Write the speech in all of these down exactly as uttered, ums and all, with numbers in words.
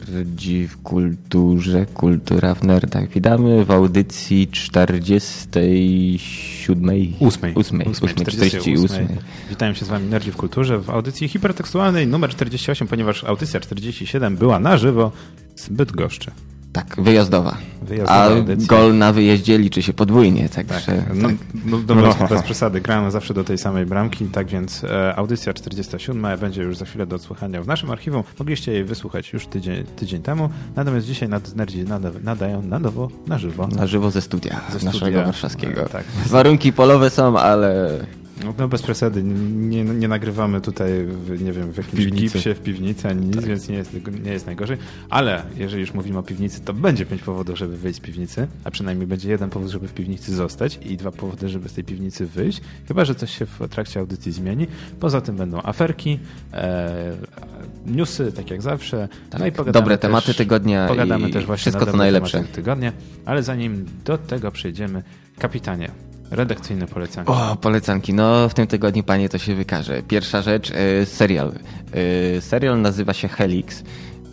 Nerdzi w kulturze, kultura w nerdach. Witamy w audycji czterdziestej siódmej. Ósmej. Ósmej. Ósmej, czterdziestej ósmej. Witam się z wami Nerdzi w kulturze w audycji hipertekstualnej numer czterdzieści osiem, ponieważ audycja czterdzieści siedem była na żywo z Bydgoszczy. Tak, wyjazdowa. wyjazdowa A audycja. Gol na wyjeździe liczy się podwójnie. Także, tak, no, tak. no dobra, no. Bez przesady. Gramy zawsze do tej samej bramki, tak więc e, audycja czterdziesta siódma będzie już za chwilę do odsłuchania w naszym archiwum. Mogliście jej wysłuchać już tydzień, tydzień temu, natomiast dzisiaj nad Nerdzi nada, nadają na nowo, na żywo. Na żywo ze studia, ze naszego studia, warszawskiego. E, tak. Warunki polowe są, ale... No bez przesady, nie, nie nagrywamy tutaj w, nie wiem, w jakimś gipsie, w piwnicy ani nic, tak. Więc nie jest, nie jest najgorzej. Ale jeżeli już mówimy o piwnicy, to będzie pięć powodów, żeby wyjść z piwnicy, a przynajmniej będzie jeden powód, żeby w piwnicy zostać i dwa powody, żeby z tej piwnicy wyjść, chyba że coś się w trakcie audycji zmieni. Poza tym będą aferki, e, newsy, tak jak zawsze. Tak, no i pogadamy dobre też, tematy tygodnia pogadamy i też właśnie wszystko na co najlepsze. Tygodnia, ale zanim do tego przejdziemy, kapitanie, redakcyjne polecanki. O, polecanki. No w tym tygodniu, panie, to się wykaże. Pierwsza rzecz, y, serial. Y, serial nazywa się Helix. Y,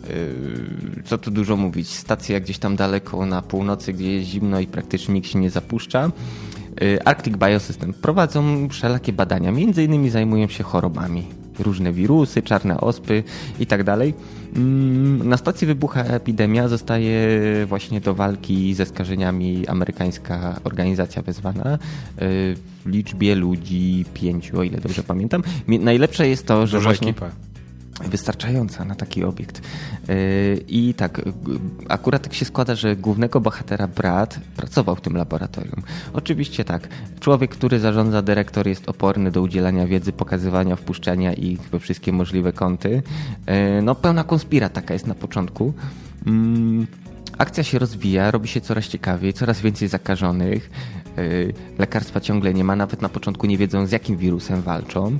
co tu dużo mówić. Stacja gdzieś tam daleko na północy, gdzie jest zimno i praktycznie nikt się nie zapuszcza. Y, Arctic Biosystem prowadzą wszelakie badania. Między innymi zajmują się chorobami. Różne wirusy, czarne ospy i tak dalej. Na stacji wybucha epidemia, zostaje właśnie do walki ze skażeniami amerykańska organizacja wezwana w liczbie ludzi pięciu, o ile dobrze pamiętam. Najlepsze jest to, że Duża właśnie... ekipa. Wystarczająca na taki obiekt. I tak, akurat tak się składa, że głównego bohatera brat pracował w tym laboratorium. Oczywiście tak, człowiek, który zarządza, dyrektor jest oporny do udzielania wiedzy, pokazywania, wpuszczania ich we wszystkie możliwe kąty. No pełna konspira taka jest na początku. Akcja się rozwija, robi się coraz ciekawiej, coraz więcej zakażonych. Lekarstwa ciągle nie ma, nawet na początku nie wiedzą, z jakim wirusem walczą.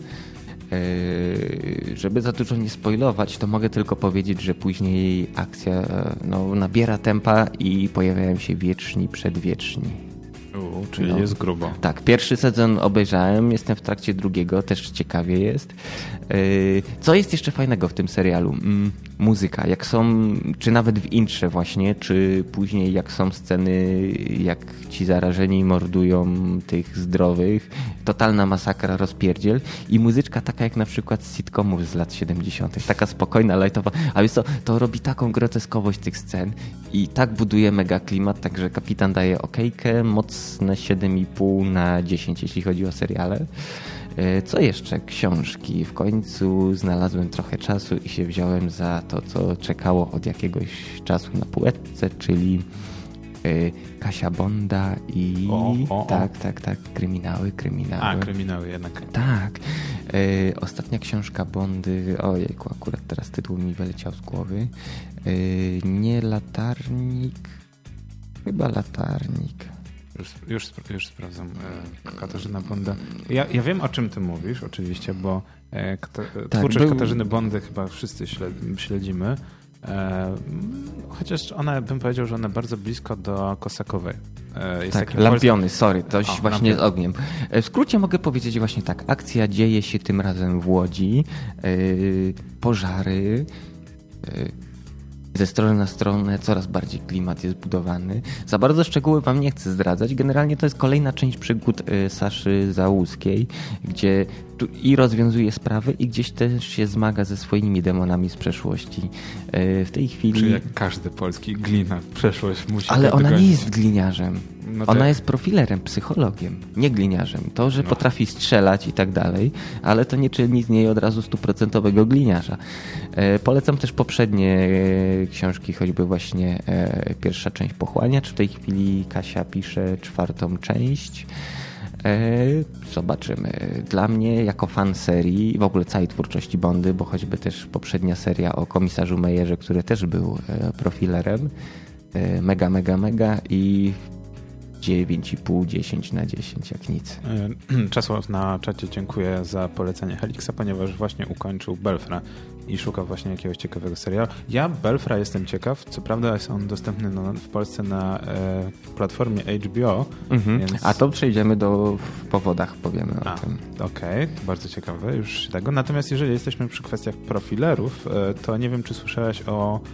Żeby za dużo nie spoilować, to mogę tylko powiedzieć, że później akcja no, nabiera tempa i pojawiają się wieczni, przedwieczni. U, czyli no. jest grubo. Tak, pierwszy sezon obejrzałem, jestem w trakcie drugiego, też ciekawie jest. Co jest jeszcze fajnego w tym serialu? Muzyka, jak są, czy nawet w intrze właśnie, czy później jak są sceny, jak ci zarażeni mordują tych zdrowych, totalna masakra, rozpierdziel i muzyczka taka jak na przykład z sitcomów z lat siedemdziesiątych, taka spokojna, lightowa, a wiesz co, to robi taką groteskowość tych scen i tak buduje mega klimat, także kapitan daje okejkę, mocne siedem i pół na dziesięć, jeśli chodzi o seriale. Co jeszcze? Książki. W końcu znalazłem trochę czasu i się wziąłem za to, co czekało od jakiegoś czasu na półeczce, czyli Kasia Bonda i... O, o, o. Tak, tak, tak. Kryminały, kryminały. A, kryminały jednak. Tak. Ostatnia książka Bondy... Ojejku, akurat teraz tytuł mi wyleciał z głowy. Nie latarnik... Chyba latarnik... Już, już, już sprawdzam. Katarzyna Bonda. Ja, ja wiem, o czym ty mówisz, oczywiście, bo kata, tak, twórczość był... Katarzyny Bondy chyba wszyscy śledzimy. Chociaż ona, bym powiedział, że ona bardzo blisko do Kosakowej. Jest tak, Lampiony, polski... sorry, coś o, właśnie lampiony. Z ogniem. W skrócie mogę powiedzieć właśnie tak. Akcja dzieje się tym razem w Łodzi. Pożary. Ze strony na stronę coraz bardziej klimat jest budowany. Za bardzo szczegóły wam nie chcę zdradzać. Generalnie to jest kolejna część przygód Saszy Załuskiej, gdzie tu i rozwiązuje sprawy i gdzieś też się zmaga ze swoimi demonami z przeszłości. W tej chwili... Czyli jak każdy polski glina przeszłość musi... Ale ona nie jest gliniarzem. No Ona tak. jest profilerem, psychologiem, nie gliniarzem. To, że no. potrafi strzelać i tak dalej, ale to nie czyni z niej od razu stuprocentowego gliniarza. E, polecam też poprzednie e, książki, choćby właśnie e, pierwsza część Pochłaniacz. W tej chwili Kasia pisze czwartą część. E, zobaczymy. Dla mnie, jako fan serii, w ogóle całej twórczości Bondy, bo choćby też poprzednia seria o komisarzu Mejerze, który też był e, profilerem, e, mega, mega, mega i dziewięć i pół, dziesięć na dziesięć, jak nic. Czesław na czacie dziękuję za polecenie Helixa, ponieważ właśnie ukończył Belfra i szukał właśnie jakiegoś ciekawego serialu. Ja Belfra jestem ciekaw, co prawda jest on dostępny no, w Polsce na e, platformie H B O. Mhm. Więc... A to przejdziemy do w powodach, powiemy A, o tym. Okej, okay. Bardzo ciekawe już tego. Natomiast jeżeli jesteśmy przy kwestiach profilerów, e, to nie wiem, czy słyszałeś o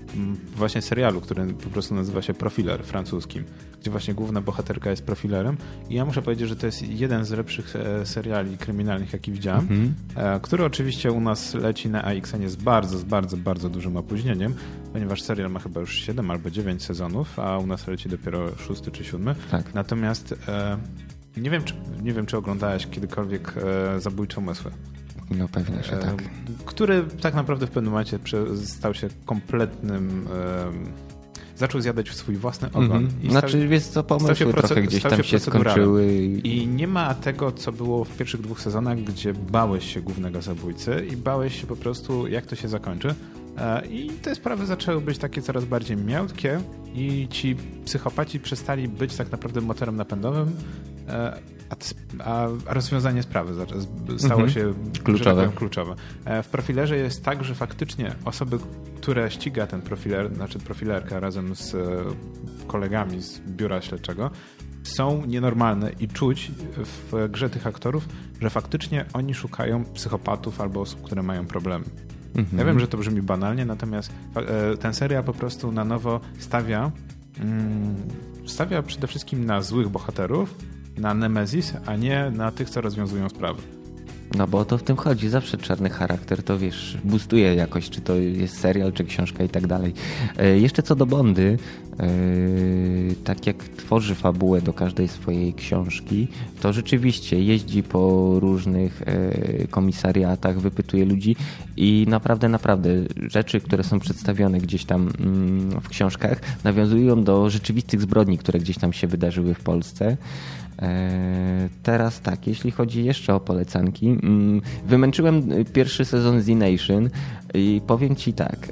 właśnie serialu, który po prostu nazywa się Profiler francuskim, gdzie właśnie główna bohaterka jest profilerem i ja muszę powiedzieć, że to jest jeden z lepszych seriali kryminalnych, jaki widziałem, mm-hmm. który oczywiście u nas leci na A X N z bardzo, z bardzo, bardzo dużym opóźnieniem, ponieważ serial ma chyba już siedem albo dziewięć sezonów, a u nas leci dopiero szósty czy siódmy. Tak. Natomiast e, nie wiem, czy, nie wiem, czy oglądałeś kiedykolwiek e, Zabójcze umysły. No pewnie, że tak. Który tak naprawdę w pewnym momencie stał się kompletnym... E, zaczął zjadać w swój własny ogon. Mm-hmm. I znaczy, wiesz co, pomysły trochę gdzieś tam się, się skończyły. I nie ma tego, co było w pierwszych dwóch sezonach, gdzie bałeś się głównego zabójcy i bałeś się po prostu, jak to się zakończy. I te sprawy zaczęły być takie coraz bardziej miękkie i ci psychopaci przestali być tak naprawdę motorem napędowym, a rozwiązanie sprawy stało się mm-hmm. kluczowe. Tak kluczowe. W profilerze jest tak, że faktycznie osoby, które ściga ten profiler, znaczy profilerka razem z kolegami z biura śledczego, są nienormalne i czuć w grze tych aktorów, że faktycznie oni szukają psychopatów albo osób, które mają problemy. Mm-hmm. Ja wiem, że to brzmi banalnie, natomiast ten serial po prostu na nowo stawia mm, stawia przede wszystkim na złych bohaterów, na Nemezis, a nie na tych, co rozwiązują sprawy. No bo o to w tym chodzi. Zawsze czarny charakter to, wiesz, boostuje jakoś, czy to jest serial, czy książka i tak dalej. E, jeszcze co do Bondy, e, tak jak tworzy fabułę do każdej swojej książki, to rzeczywiście jeździ po różnych e, komisariatach, wypytuje ludzi i naprawdę, naprawdę rzeczy, które są przedstawione gdzieś tam mm, w książkach, nawiązują do rzeczywistych zbrodni, które gdzieś tam się wydarzyły w Polsce. Teraz tak, jeśli chodzi jeszcze o polecanki, wymęczyłem pierwszy sezon Z-Nation i powiem ci tak,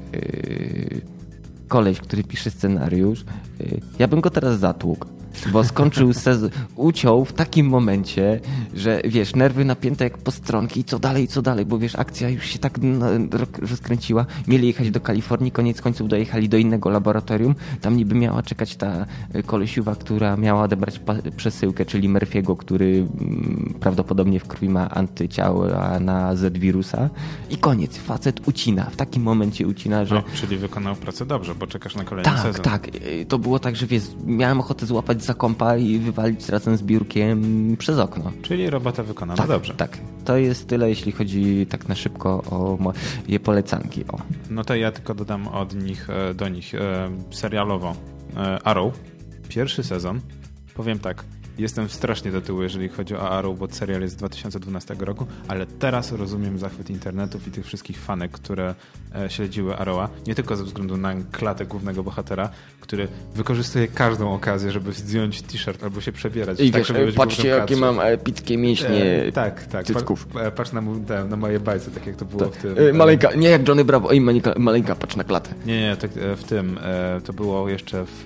koleś, który pisze scenariusz, ja bym go teraz zatłukł, bo skończył sezon, uciął w takim momencie, że wiesz, nerwy napięte jak postronki, co dalej, co dalej, bo wiesz, akcja już się tak rozkręciła, mieli jechać do Kalifornii, koniec końców dojechali do innego laboratorium, tam niby miała czekać ta kolesiuwa, która miała odebrać przesyłkę, czyli Murphy'ego, który prawdopodobnie w krwi ma antyciała na Z-wirusa i koniec, facet ucina, w takim momencie ucina, że... No, czyli wykonał pracę dobrze, bo czekasz na kolejny tak, sezon. Tak, tak, to było tak, że wiesz, miałem ochotę złapać za kąpa i wywalić razem z biurkiem przez okno. Czyli robota wykonana tak, dobrze. Tak, to jest tyle, jeśli chodzi tak na szybko o moje polecanki. O. No to ja tylko dodam od nich, do nich serialowo Arrow, pierwszy sezon. Powiem tak, jestem strasznie do tyłu, jeżeli chodzi o Arrow, bo serial jest z dwa tysiące dwunastego roku, ale teraz rozumiem zachwyt internetów i tych wszystkich fanek, które śledziły Arrowa. Nie tylko ze względu na klatę głównego bohatera, który wykorzystuje każdą okazję, żeby zdjąć t-shirt albo się przebierać. I tak, wiesz, żeby patrzcie, jakie mam epickie mięśnie e, tak, tak. cycków. Pa, patrz na, na moje bajce, tak jak to było tak. w tym... E, maleńka, nie jak Johnny Bravo, oj, maleńka, maleńka, patrz na klatę. Nie, nie, tak, w tym, to było jeszcze w...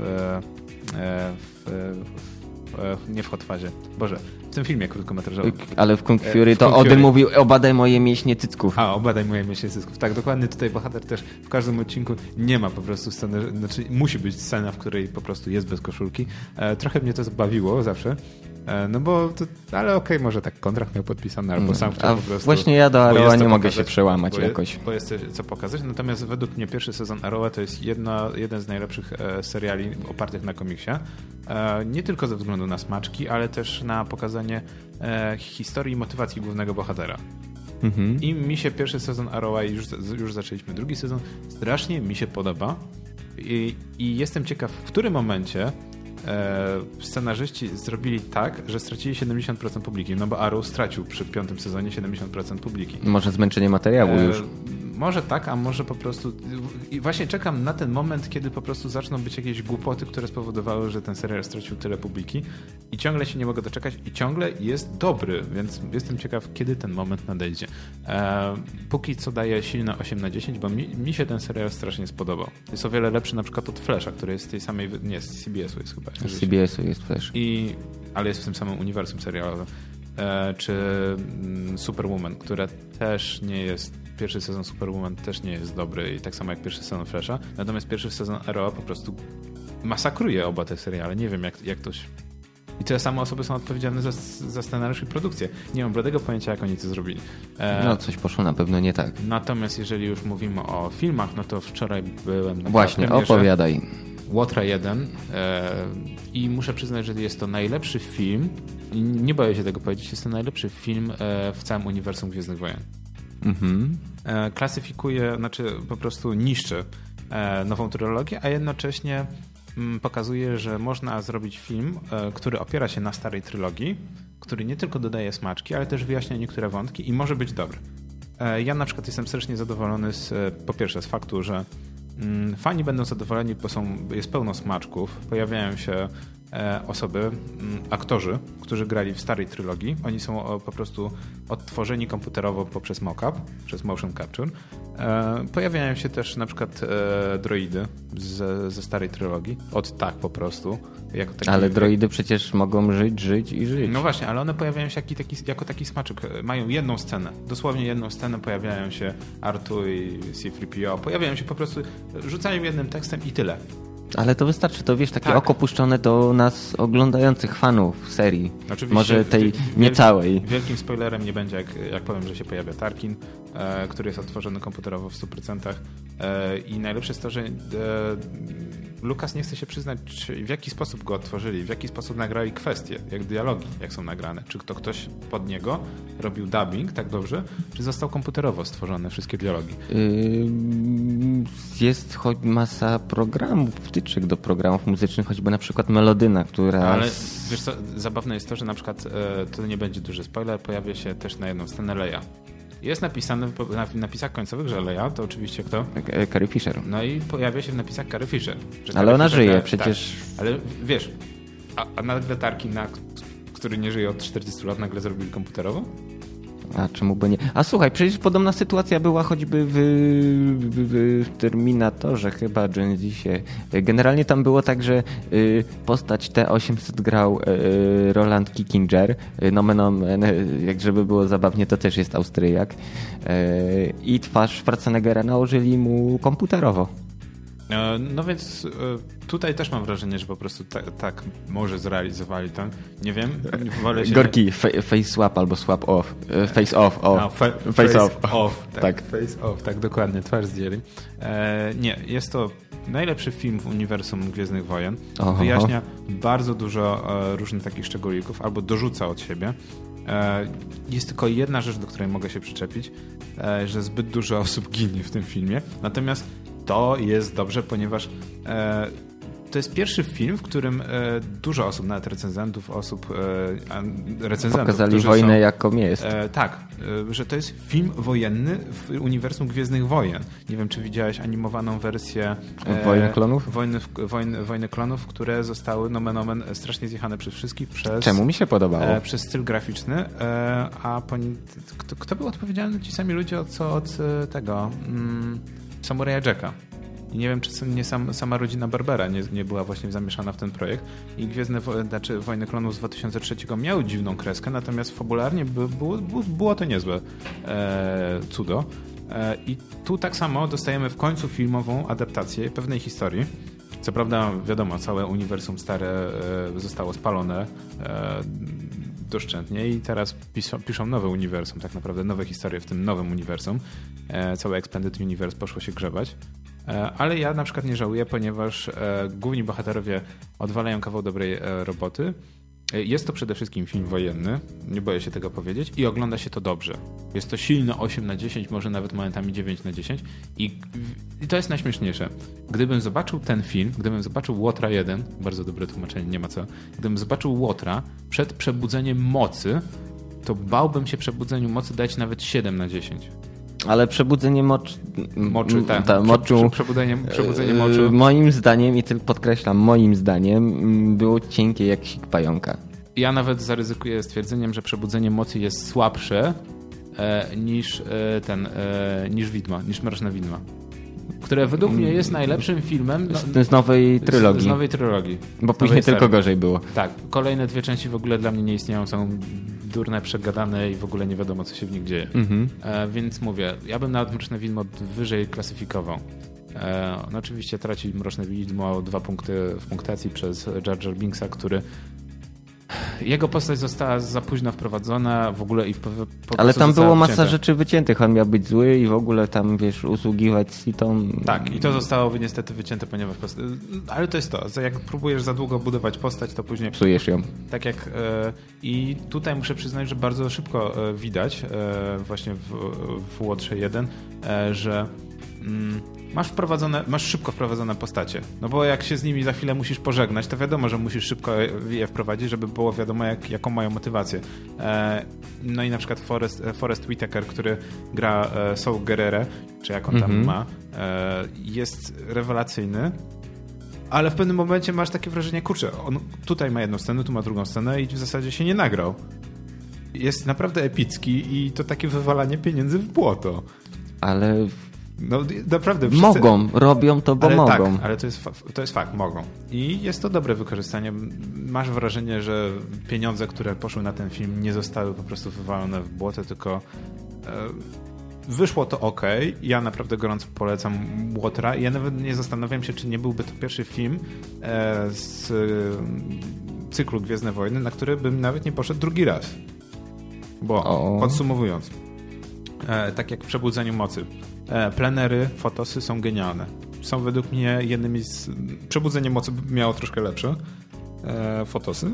w, w nie w Hot Fazie. Boże, w tym filmie krótkometrażowym. Ale w Kung Fury to Odyn mówił, obadaj moje mięśnie cycków. A, obadaj moje mięśnie cycków. Tak, dokładnie tutaj bohater też w każdym odcinku nie ma po prostu sceny, znaczy musi być scena, w której po prostu jest bez koszulki. E, trochę mnie to bawiło zawsze. No bo, to, ale okej, okay, może tak kontrakt miał podpisany, albo sam chciał A po prostu... Właśnie ja do Arrowa nie mogę pokazać, się przełamać bo jakoś. Jest, bo jest co pokazać, natomiast według mnie pierwszy sezon Arrowa to jest jedna, jeden z najlepszych e, seriali opartych na komiksie. E, nie tylko ze względu na smaczki, ale też na pokazanie e, historii i motywacji głównego bohatera. Mhm. I mi się pierwszy sezon Arrowa, i już, już zaczęliśmy drugi sezon, strasznie mi się podoba i, i jestem ciekaw, w którym momencie scenarzyści zrobili tak, że stracili siedemdziesiąt procent publiki, no bo Arrow stracił przy piątym sezonie siedemdziesiąt procent publiki. Może zmęczenie materiału już. E, może tak, a może po prostu... I właśnie czekam na ten moment, kiedy po prostu zaczną być jakieś głupoty, które spowodowały, że ten serial stracił tyle publiki i ciągle się nie mogę doczekać i ciągle jest dobry, więc jestem ciekaw, kiedy ten moment nadejdzie. E, póki co daję silne osiem na dziesięć, bo mi, mi się ten serial strasznie spodobał. Jest o wiele lepszy na przykład od Flasha, który jest z tej samej... Nie, z C B S-u jest chyba. Z C B S-u jest Flash. I, ale jest w tym samym uniwersum serialowym. E, czy mm, Superwoman, która też nie jest... Pierwszy sezon Superwoman też nie jest dobry i tak samo jak pierwszy sezon Flasha. Natomiast pierwszy sezon Arrowa po prostu masakruje oba te seriale. Nie wiem, jak, jak to się... I te same osoby są odpowiedzialne za, za scenariusz i produkcję. Nie mam bladego pojęcia, jak oni to zrobili. E, no coś poszło na pewno nie tak. Natomiast jeżeli już mówimy o filmach, no to wczoraj byłem na Właśnie, opowiadaj. Łotra jeden e, i muszę przyznać, że jest to najlepszy film, nie boję się tego powiedzieć, jest to najlepszy film e, w całym uniwersum Gwiezdnych Wojen. Mhm. E, klasyfikuje, znaczy po prostu niszczy e, nową trylogię, a jednocześnie m, pokazuje, że można zrobić film, e, który opiera się na starej trylogii, który nie tylko dodaje smaczki, ale też wyjaśnia niektóre wątki i może być dobry. E, ja na przykład jestem strasznie zadowolony z, po pierwsze z faktu, że fani będą zadowoleni, bo są, jest pełno smaczków. Pojawiają się e, osoby, m, aktorzy, którzy grali w starej trylogii. Oni są o, po prostu odtworzeni komputerowo poprzez mock-up, przez motion capture. E, pojawiają się też na przykład e, droidy ze, ze starej trylogii. Od tak po prostu. Jako taki, ale droidy przecież mogą żyć, żyć i żyć. No właśnie, ale one pojawiają się jako taki, jako taki smaczek. Mają jedną scenę. Dosłownie jedną scenę. Pojawiają się R two i C three P O. Pojawiają się po prostu, rzucają jednym tekstem i tyle. Ale to wystarczy, to wiesz, takie tak. oko puszczone do nas oglądających fanów serii. Oczywiście może tej wielkim, niecałej. Wielkim spoilerem nie będzie, jak, jak powiem, że się pojawia Tarkin, e, który jest odtworzony komputerowo w stu procentach. E, I najlepsze jest to, że e, Lucas nie chce się przyznać, czy, w jaki sposób go odtworzyli, w jaki sposób nagrali kwestie, jak dialogi, jak są nagrane. Czy to ktoś pod niego robił dubbing tak dobrze, czy został komputerowo stworzone wszystkie dialogi? Yy, jest choć masa programów, wtyczek do programów muzycznych, choćby na przykład Melodyna, która... Ale wiesz co, zabawne jest to, że na przykład, e, to nie będzie duży spoiler, pojawia się też na jedną scenę Leia. Jest napisane w napisach końcowych, że Leia to oczywiście kto? Carrie Fisher. No i pojawia się w napisach Carrie Fisher. Że ale ona Fisher żyje gra, przecież. Tak, ale wiesz, a, a nagle Tarkin, który nie żyje od czterdziestu lat, nagle zrobili komputerowo? A czemu by nie? A słuchaj, przecież podobna sytuacja była choćby w, w, w Terminatorze chyba, Genesis. Generalnie tam było tak, że postać T osiemset grał Roland Kickinger. Nomen omen, jak żeby było zabawnie, to też jest Austriak. I twarz Schwarzeneggera nałożyli mu komputerowo. No więc tutaj też mam wrażenie, że po prostu tak, tak może zrealizowali to. Nie wiem. Wolę się... Gorki, face swap albo swap off. Face off. off. No, fa- face, face off. off. Tak, tak. Face off, tak dokładnie. Twarz zdjęli. E, nie, jest to najlepszy film w uniwersum Gwiezdnych Wojen. Oho. Wyjaśnia bardzo dużo e, różnych takich szczególików albo dorzuca od siebie. E, jest tylko jedna rzecz, do której mogę się przyczepić, e, że zbyt dużo osób ginie w tym filmie. Natomiast to jest dobrze, ponieważ e, to jest pierwszy film, w którym e, dużo osób, nawet recenzentów, osób e, recenzentów, pokazali wojnę są, jaką jest. E, tak, e, że to jest film wojenny w uniwersum Gwiezdnych Wojen. Nie wiem, czy widziałeś animowaną wersję e, Wojny Klonów? Wojny, wojny, Wojny Klonów, które zostały nomen omen strasznie zjechane przez wszystkich. Przez, Czemu mi się podobało? E, przez styl graficzny. E, a po, kto, kto był odpowiedzialny? Ci sami ludzie od, co od tego... Mm, Samuraja Jacka. I nie wiem, czy nie sam, sama rodzina Barbera nie, nie była właśnie zamieszana w ten projekt. I Gwiezdne Wo- znaczy Wojny Klonów z dwa tysiące trzeciego miały dziwną kreskę, natomiast fabularnie by, było, było to niezłe e, cudo. E, I tu tak samo dostajemy w końcu filmową adaptację pewnej historii. Co prawda, wiadomo, całe uniwersum stare e, zostało spalone e, doszczętnie i teraz piszą, piszą nowe uniwersum, tak naprawdę nowe historie w tym nowym uniwersum. E, całe Expanded Universe poszło się grzebać. E, ale ja na przykład nie żałuję, ponieważ e, główni bohaterowie odwalają kawał dobrej e, roboty. E, jest to przede wszystkim film wojenny, nie boję się tego powiedzieć, i ogląda się to dobrze. Jest to silne osiem na dziesięć, może nawet momentami dziewięć na dziesięć i, i to jest najśmieszniejsze. Gdybym zobaczył ten film, gdybym zobaczył Łotra jeden, bardzo dobre tłumaczenie, nie ma co, gdybym zobaczył Łotra przed przebudzeniem mocy, to bałbym się przebudzeniu mocy dać nawet siedem na dziesięć. Ale przebudzenie mocz... moczy, tak. Ta, moczu, Prze, przebudzenie, przebudzenie moczu. Moim zdaniem, i tylko podkreślam, moim zdaniem było cienkie jak sik pająka. Ja nawet zaryzykuję stwierdzeniem, że przebudzenie mocy jest słabsze e, niż e, ten, e, niż Widma, niż Mroczna Widma. Które według mnie jest najlepszym filmem no, z, z nowej trylogii. Z, z nowej trylogii. Bo później tylko gorzej było. Tak. Kolejne dwie części w ogóle dla mnie nie istnieją, są durne, przegadane i w ogóle nie wiadomo, co się w nich dzieje. Mhm. E, więc mówię, ja bym nawet Mroczne Widmo wyżej klasyfikował. E, no oczywiście traci Mroczne Widmo dwa punkty w punktacji przez Jar Jar Binksa, który jego postać została za późno wprowadzona w ogóle i w, po Ale tam było masa wcięte. rzeczy wyciętych. On miał być zły i w ogóle tam, wiesz, usługiwać Sitom. Tak, i to zostało niestety wycięte, ponieważ... Post... Ale to jest to, jak próbujesz za długo budować postać, to później... Psujesz ją. Tak jak... E, I tutaj muszę przyznać, że bardzo szybko e, widać e, właśnie w, w Łotrze jeden, e, że... Mm, Masz wprowadzone, masz szybko wprowadzone postacie. No bo jak się z nimi za chwilę musisz pożegnać, to wiadomo, że musisz szybko je wprowadzić, żeby było wiadomo, jak, jaką mają motywację. E, no i na przykład Forrest, Forrest Whitaker, który gra e, Saul Guerrero, czy jak on tam mm-hmm. ma, e, jest rewelacyjny, ale w pewnym momencie masz takie wrażenie, kurczę, on tutaj ma jedną scenę, tu ma drugą scenę i w zasadzie się nie nagrał. Jest naprawdę epicki i to takie wywalanie pieniędzy w błoto. Ale... No naprawdę. Wszyscy... Mogą, robią to, bo ale mogą. Tak, ale to jest, to jest fakt, mogą. I jest to dobre wykorzystanie. Masz wrażenie, że pieniądze, które poszły na ten film, nie zostały po prostu wywalone w błoto, tylko e, wyszło to ok. Ja naprawdę gorąco polecam Łotra. Ja nawet nie zastanawiam się, czy nie byłby to pierwszy film e, z e, cyklu Gwiezdne Wojny, na który bym nawet nie poszedł drugi raz. Bo o. podsumowując, e, tak jak w Przebudzeniu Mocy, plenery, fotosy są genialne. Są według mnie jednymi z... Przebudzenie Mocy miało troszkę lepsze e, fotosy,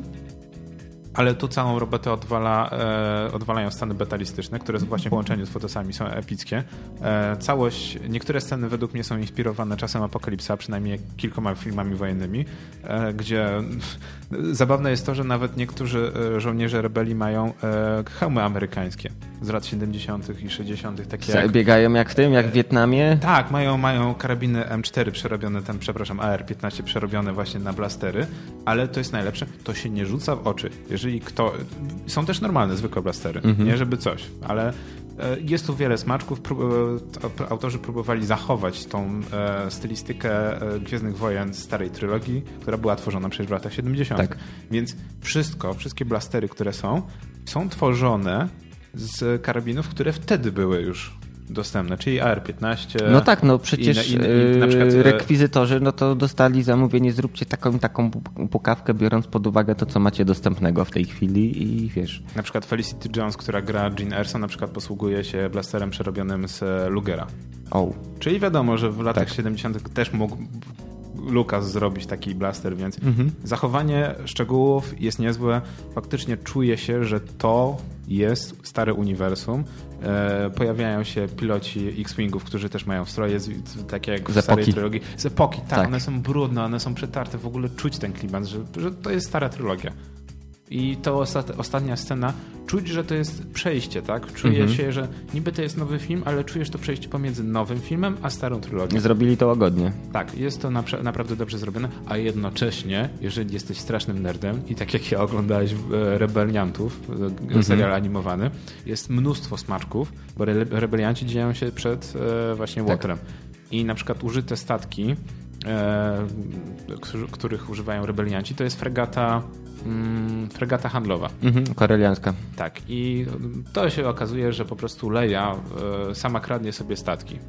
ale tu całą robotę odwala, e, odwalają sceny betalistyczne, które właśnie w połączeniu z fotosami są epickie. E, całość, niektóre sceny według mnie są inspirowane czasem Apokalipsa, przynajmniej kilkoma filmami wojennymi, e, gdzie zabawne jest to, że nawet niektórzy żołnierze rebelii mają e, hełmy amerykańskie z lat siedemdziesiątych i sześćdziesiątych. Takie jak, biegają jak w tym, jak w Wietnamie? Tak, mają, mają karabiny M cztery przerobione, tam, przepraszam, A R piętnaście przerobione właśnie na blastery, ale to jest najlepsze, to się nie rzuca w oczy. Jeżeli kto... Są też normalne, zwykłe blastery, mhm. nie żeby coś, ale jest tu wiele smaczków. Autorzy próbowali zachować tą stylistykę Gwiezdnych Wojen z starej trylogii, która była tworzona przecież w latach siedemdziesiątych. Tak. Więc wszystko, wszystkie blastery, które są, są tworzone z karabinów, które wtedy były już dostępne, czyli A R piętnaście. No tak, no przecież i, i, i na przykład rekwizytorzy no to dostali zamówienie, zróbcie taką taką pukawkę, biorąc pod uwagę to, co macie dostępnego w tej chwili i wiesz. Na przykład Felicity Jones, która gra Jean Erso, na przykład posługuje się blasterem przerobionym z Lugera. Oh. Czyli wiadomo, że w latach tak. siedemdziesiątych też mógł Lucas zrobić taki blaster, więc mhm. zachowanie szczegółów jest niezłe. Faktycznie czuje się, że to jest stare uniwersum. E, pojawiają się piloci X-Wingów, którzy też mają stroje z, takie jak w z starej trylogii. Z epoki, tak, tak. One są brudne, one są przetarte. W ogóle czuć ten klimat, że, że to jest stara trylogia. I to ostat, ostatnia scena, czuć, że to jest przejście, tak? Czuje mhm. się, że niby to jest nowy film, ale czujesz to przejście pomiędzy nowym filmem a starą trylogią. Zrobili to łagodnie. Tak, jest to napra- naprawdę dobrze zrobione, a jednocześnie, jeżeli jesteś strasznym nerdem i tak jak ja oglądałeś e, Rebeliantów, e, mhm. serial animowany, jest mnóstwo smaczków, bo re- Rebelianci dzieją się przed e, właśnie Łotrem. Tak. I na przykład użyte statki, e, których używają rebelianci, to jest fregata mm, fregata handlowa. Mhm, koreliańska. Tak. I to się okazuje, że po prostu Leia e, sama kradnie sobie statki.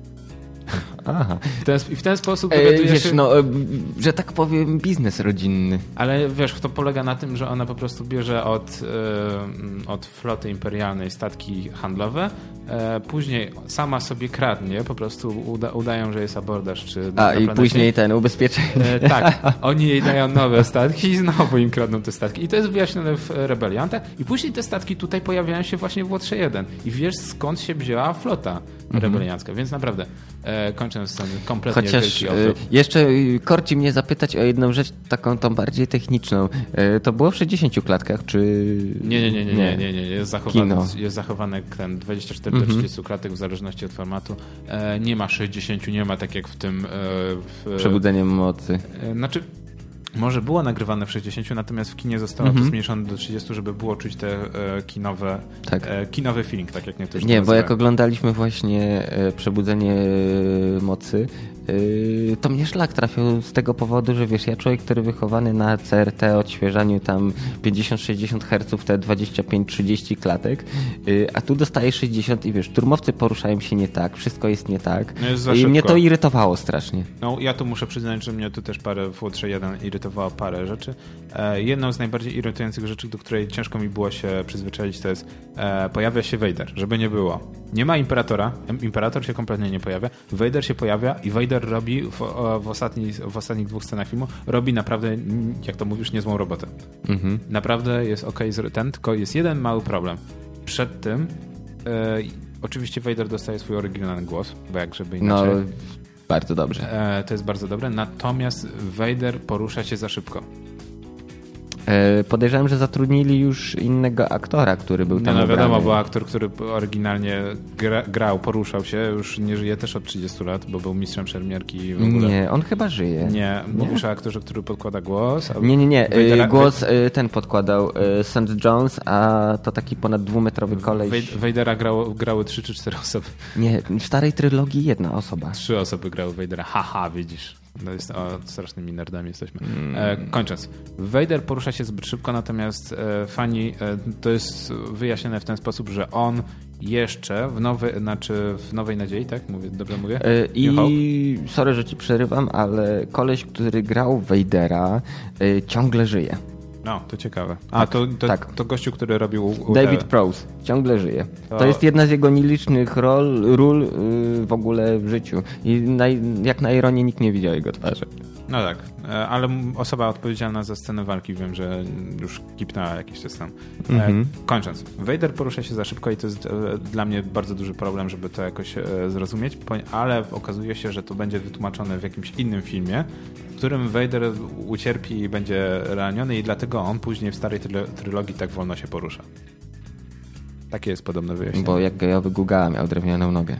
Aha. I w ten, i w ten sposób e, wiesz, się... no, że tak powiem, biznes rodzinny. Ale wiesz, to polega na tym, że ona po prostu bierze od, e, od floty imperialnej statki handlowe, e, później sama sobie kradnie, po prostu uda, udają, że jest abordaż. Czy A i planecie. Później ten ubezpieczenie. E, tak, oni jej dają nowe statki i znowu im kradną te statki. I to jest wyjaśnione w Rebeliantach. I później te statki tutaj pojawiają się właśnie w Łotrze jeden. I wiesz, skąd się wzięła flota mhm. rebeliancka. Więc naprawdę e, kończę ten kompletnie Chociaż wielki e, jeszcze korci mnie zapytać o jedną rzecz, taką tą bardziej techniczną. E, to było w sześćdziesięciu klatkach, czy... Nie, nie, nie, nie, nie, nie, nie. Jest zachowany, jest zachowany ten dwadzieścia cztery do trzydziestu klatek w zależności od formatu. E, nie ma sześćdziesięciu, nie ma tak jak w tym... E, w, Przebudzeniem Mocy. E, znaczy... Może było nagrywane w sześćdziesięciu, natomiast w kinie zostało mm-hmm. to zmniejszone do trzydziestu, żeby było czuć te e, kinowe, tak. e, kinowy feeling, tak jak niektórzy Nie, bo jak oglądaliśmy właśnie e, Przebudzenie Mocy, yy, to mnie szlak trafił z tego powodu, że wiesz, ja człowiek, który wychowany na C R T, odświeżaniu tam pięćdziesiąt sześćdziesiąt herców, te dwadzieścia pięć trzydzieści klatek, yy, a tu dostaję sześćdziesiąt i wiesz, szturmowcy poruszają się nie tak, wszystko jest nie tak. No jest za I szybko. mnie to irytowało strasznie. No ja tu muszę przyznać, że mnie tu też parę w Łotrze jeden irytowało parę rzeczy. E, jedną z najbardziej irytujących rzeczy, do której ciężko mi było się przyzwyczaić, to jest e, pojawia się Vader, żeby nie było. Nie ma Imperatora, Imperator się kompletnie nie pojawia, Vader się pojawia i Vader robi w, w, ostatni, w ostatnich dwóch scenach filmu, robi naprawdę, jak to mówisz, niezłą robotę. Mhm. Naprawdę jest okej, ten, tylko jest jeden mały problem. Przed tym e, oczywiście Vader dostaje swój oryginalny głos, bo jak żeby inaczej. No, bardzo dobrze. E, to jest bardzo dobre, natomiast Vader porusza się za szybko. Podejrzewam, że zatrudnili już innego aktora, który był tam No, no wiadomo, ubrany. bo aktor, który oryginalnie gra, grał, poruszał się, już nie żyje też od trzydziestu lat, bo był mistrzem szermierki i w ogóle. Nie, on chyba żyje. Nie, nie? mówisz o aktorze, który podkłada głos? Nie, nie, nie. Vadera, głos ten podkładał Saint Jones, a to taki ponad dwumetrowy koleś. Vadera grało, grały trzy czy cztery osoby. Nie, w starej trylogii jedna osoba. Trzy osoby grały Vadera. Haha, widzisz. No jest, o, strasznymi nerdami jesteśmy. E, kończąc. Vader porusza się zbyt szybko, natomiast e, fani, e, to jest wyjaśnione w ten sposób, że on jeszcze w, nowy, znaczy w Nowej Nadziei, tak? Mówię, dobrze mówię? E, I sorry, że ci przerywam, ale koleś, który grał Vadera, e, ciągle żyje. No, to ciekawe. A, tak, to, to, tak. to gościu, który robił... U David Prowse. Ciągle żyje. To... to jest jedna z jego nielicznych rol, ról yy, w ogóle w życiu. I na, jak na ironię nikt nie widział jego twarzy. No tak, ale osoba odpowiedzialna za scenę walki, wiem, że już kipnęła jakiś czas tam. Mm-hmm. Kończąc. Vader porusza się za szybko i to jest dla mnie bardzo duży problem, żeby to jakoś zrozumieć, ale okazuje się, że to będzie wytłumaczone w jakimś innym filmie, w którym Vader ucierpi i będzie raniony i dlatego on później w starej trylogii tak wolno się porusza. Takie jest podobne wyjaśnienie. Bo jak gejowy Guga miał drewnianą nogę.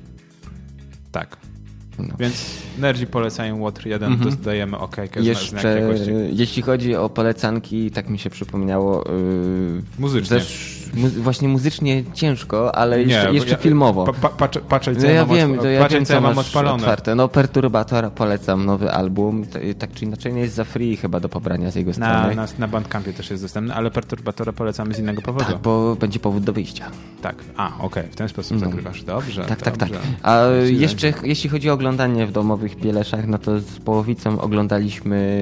Tak. No. Więc nerdzi polecają Łotr jeden, mm-hmm. dostajemy okejkę Jeszcze, znak jakości. Jeśli chodzi o polecanki, tak mi się przypomniało. Yy, muzycznie. Też, mu, właśnie muzycznie ciężko, ale jeszcze, Nie, jeszcze ja, filmowo. Pa, pa, patrzę, patrzę, co no ja, ja mam, wiem, od, to ja patrzę, wiem, co ja mam masz odpalone. Otwarte. No Perturbatora polecam, nowy album. Tak czy inaczej nie jest za free chyba do pobrania z jego strony. Na, na, na Bandcampie też jest dostępny, ale Perturbatora polecamy z innego powodu. Tak, bo będzie powód do wyjścia. Tak, a okej, okay. w ten sposób no. zakrywasz. Dobrze, Tak, dobrze. tak, tak. A jeszcze jeśli chodzi o oglądanie w domowych Bieleszach, no to z połowicą oglądaliśmy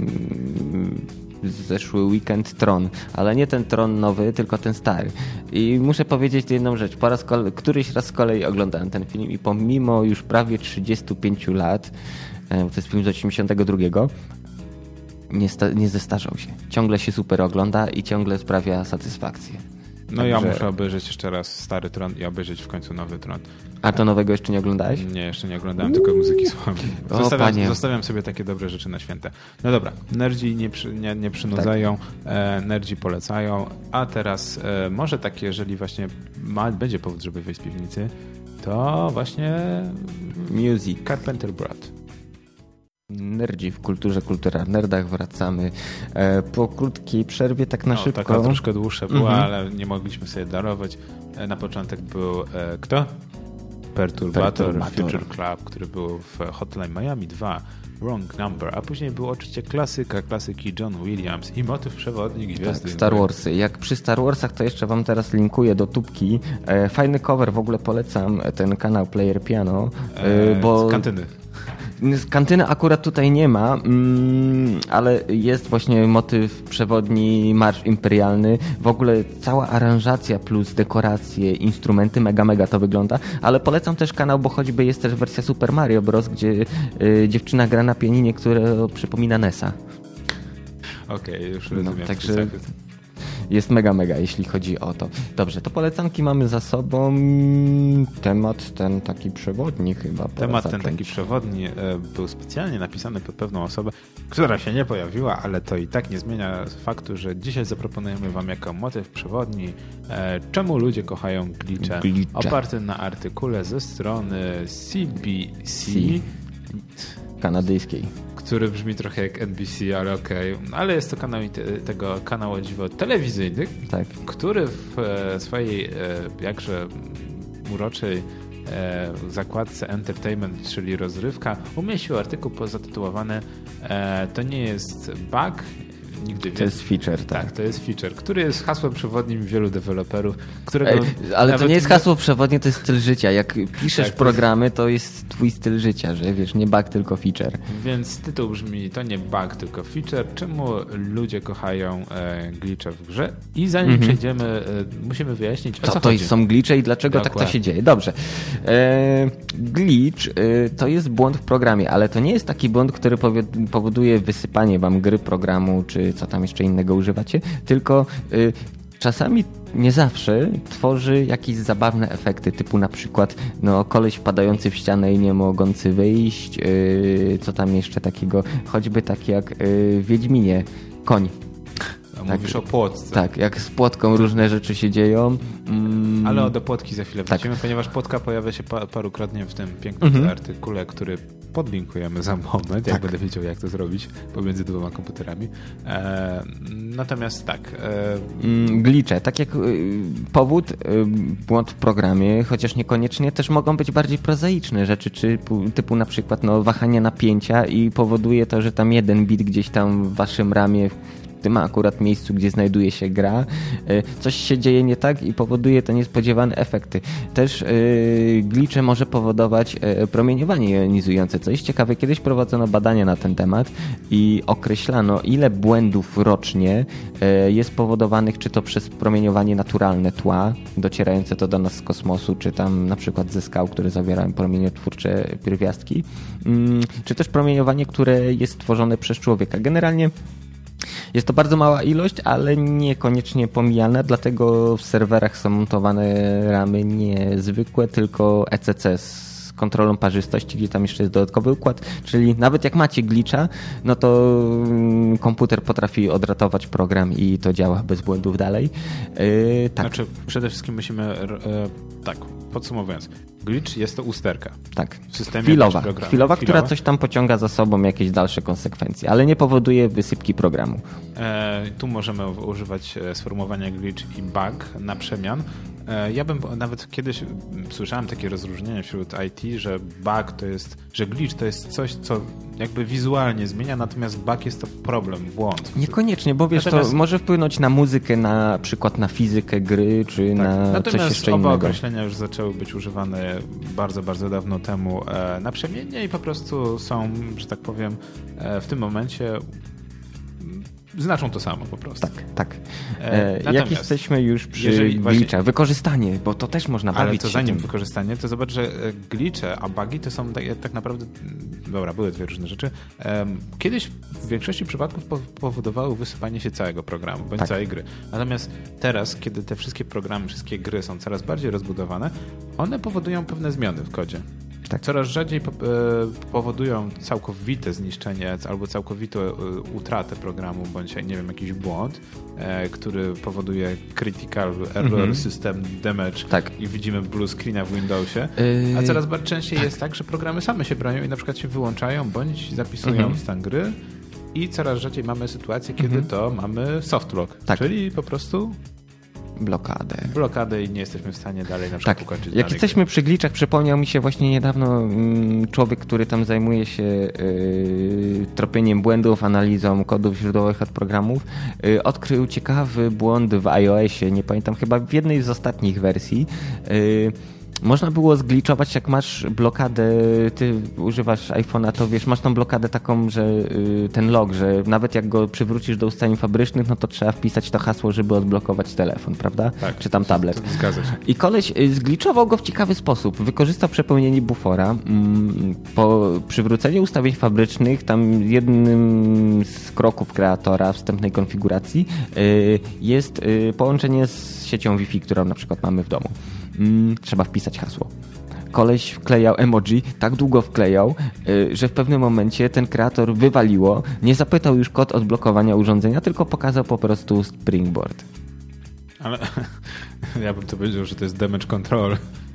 zeszły weekend Tron, ale nie ten Tron nowy, tylko ten stary. I muszę powiedzieć jedną rzecz. Po raz kole- któryś raz z kolei oglądałem ten film i pomimo już prawie trzydziestu pięciu lat, to jest film z osiemdziesiątego drugiego, nie, sta- nie zestarzał się. Ciągle się super ogląda i ciągle sprawia satysfakcję. No Także... ja muszę obejrzeć jeszcze raz stary Tron i obejrzeć w końcu nowy Tron. A to nowego jeszcze nie oglądałeś? Nie, jeszcze nie oglądałem, tylko muzyki słucham. Zostawiam, zostawiam sobie takie dobre rzeczy na święta. No dobra, nerdzi nie, przy, nie, nie przynudzają, tak. e, nerdzi polecają, a teraz e, może tak, jeżeli właśnie ma, będzie powód, żeby wyjść z piwnicy, to właśnie Music. Carpenter Brut. Nerdzi w kulturze, kultura w nerdach wracamy e, po krótkiej przerwie, tak na no, szybko. Taka troszkę dłuższa była, mm-hmm. ale nie mogliśmy sobie darować. E, na początek był e, kto? Perturbator, Perturbator Future Club, który był w Hotline Miami dwa, Wrong Number, a później był oczywiście klasyka, klasyki John Williams i motyw przewodni Gwiazdy. Tak, Star Warsy. Jak przy Star Warsach, to jeszcze wam teraz linkuję do tubki. E, fajny cover, w ogóle polecam ten kanał Player Piano, e, bo... Z kantyny. Z kantyny akurat tutaj nie ma, mm, ale jest właśnie motyw przewodni, marsz imperialny. W ogóle cała aranżacja plus dekoracje, instrumenty, mega, mega to wygląda. Ale polecam też kanał, bo choćby jest też wersja Super Mario Bros., gdzie y, dziewczyna gra na pianinie, które przypomina Nessa. Okej, okay, już rozumiem. No, także jest mega, mega, jeśli chodzi o to. Dobrze, to polecanki mamy za sobą. Temat ten taki przewodni chyba. Temat ten taki przewodni był specjalnie napisany pod pewną osobę, która się nie pojawiła, ale to i tak nie zmienia faktu, że dzisiaj zaproponujemy wam jako motyw przewodni, czemu ludzie kochają glicze, glicze. oparty na artykule ze strony C B C. Kanadyjskiej. Który brzmi trochę jak N B C, ale okej. Okay. Ale jest to kanał tego kanału telewizyjny, tak. który w swojej jakże uroczej w zakładce Entertainment, czyli rozrywka, umieścił artykuł zatytułowany to nie jest bug, nigdy To jest feature, tak. Tak, to jest feature, który jest hasłem przewodnim wielu deweloperów, którego... Ej, ale to nie jest hasło przewodnie, to jest styl życia. Jak piszesz tak, programy, to jest twój styl życia, że wiesz, nie bug, tylko feature. Więc tytuł brzmi, to nie bug, tylko feature. Czemu ludzie kochają e, glitche w grze? I zanim mhm. przejdziemy, e, musimy wyjaśnić, o co, co to chodzi. są glitche i dlaczego Dokładnie. tak to się dzieje. Dobrze. E, glitch e, to jest błąd w programie, ale to nie jest taki błąd, który powoduje wysypanie wam gry, programu, czy co tam jeszcze innego używacie, tylko y, czasami, nie zawsze, tworzy jakieś zabawne efekty, typu na przykład no, koleś wpadający w ścianę i nie mogący wyjść, y, co tam jeszcze takiego, choćby tak jak y, w Wiedźminie, koń. Tak, mówisz o płotce. Tak, jak z płotką różne rzeczy się dzieją. Mm. Ale do płotki za chwilę wrócimy, tak. ponieważ płotka pojawia się pa- parukrotnie w tym pięknym mm-hmm. artykule, który podlinkujemy za moment, jak tak. będę wiedział, jak to zrobić pomiędzy dwoma komputerami. E, natomiast tak. E... Glitche, tak jak y, powód, y, błąd w programie, chociaż niekoniecznie, też mogą być bardziej prozaiczne rzeczy, czy typu na przykład no, wahanie napięcia i powoduje to, że tam jeden bit gdzieś tam w waszym ramie w tym akurat miejscu, gdzie znajduje się gra, coś się dzieje nie tak i powoduje to niespodziewane efekty. Też glitche może powodować promieniowanie jonizujące. Co jest ciekawe, kiedyś prowadzono badania na ten temat i określano, ile błędów rocznie jest powodowanych, czy to przez promieniowanie naturalne tła, docierające to do nas z kosmosu, czy tam na przykład ze skał, które zawierają promieniotwórcze pierwiastki, czy też promieniowanie, które jest tworzone przez człowieka. Generalnie jest to bardzo mała ilość, ale niekoniecznie pomijana, dlatego w serwerach są montowane ramy nie zwykłe, tylko E C C z kontrolą parzystości, gdzie tam jeszcze jest dodatkowy układ, czyli nawet jak macie glitcha, no to komputer potrafi odratować program i to działa bez błędów dalej. Yy, tak. Znaczy przede wszystkim musimy, yy, tak, podsumowując, glitch jest to usterka. Tak. W systemie chwilowa, chwilowa, chwilowa, która coś tam pociąga za sobą jakieś dalsze konsekwencje, ale nie powoduje wysypki programu. E, tu możemy używać sformułowania glitch i bug na przemian. E, ja bym nawet kiedyś słyszałem takie rozróżnienie wśród I T, że bug to jest, że glitch to jest coś, co jakby wizualnie zmienia, natomiast bug jest to problem, błąd. Niekoniecznie, bo wiesz, natomiast... to może wpłynąć na muzykę, na przykład na fizykę gry, czy tak. na natomiast coś jeszcze innego. Oba określenia już zaczęły być używane bardzo, bardzo dawno temu na przemiennie i po prostu są, że tak powiem, w tym momencie znaczą to samo po prostu. Tak, tak. E, jak jesteśmy już przy glitchach, wykorzystanie, bo to też można bawić ale to się zanim tym. wykorzystanie, to zobacz, że glitche, a bugi to są tak, tak naprawdę, dobra, były dwie różne rzeczy. Kiedyś w większości przypadków powodowały wysypanie się całego programu, bądź tak. całej gry. Natomiast teraz, kiedy te wszystkie programy, wszystkie gry są coraz bardziej rozbudowane, one powodują pewne zmiany w kodzie. Tak. Coraz rzadziej powodują całkowite zniszczenie albo całkowitą utratę programu, bądź nie wiem, jakiś błąd, który powoduje critical error mm-hmm. system damage tak. i widzimy blue screena w Windowsie. Yy... A coraz częściej tak. jest tak, że programy same się bronią i na przykład się wyłączają, bądź zapisują mm-hmm. stan gry i coraz rzadziej mamy sytuację, kiedy mm-hmm. to mamy softlock, tak. czyli po prostu blokadę. Blokadę i nie jesteśmy w stanie dalej na przykład tak. ukończyć. Jak jesteśmy przy glitchach, przypomniał mi się właśnie niedawno mm, człowiek, który tam zajmuje się y, tropieniem błędów, analizą kodów źródłowych od programów, y, odkrył ciekawy błąd w iOSie, nie pamiętam, chyba w jednej z ostatnich wersji. Y, Można było zgliczować, jak masz blokadę, ty używasz iPhone'a, to wiesz, masz tą blokadę taką, że y, ten log, że nawet jak go przywrócisz do ustawień fabrycznych, no to trzeba wpisać to hasło, żeby odblokować telefon, prawda? Tak, czy tam tablet. To, to zgadza się. I koleś zgliczował go w ciekawy sposób. Wykorzystał przepełnienie bufora. Po przywróceniu ustawień fabrycznych, tam jednym z kroków kreatora wstępnej konfiguracji y, jest y, połączenie z siecią Wi-Fi, którą na przykład mamy w domu. Mm, trzeba wpisać hasło. Koleś wklejał emoji, tak długo wklejał, yy, że w pewnym momencie ten kreator wywaliło, nie zapytał już kod odblokowania urządzenia, tylko pokazał po prostu Springboard. Ale ja bym to powiedział, że to jest damage control.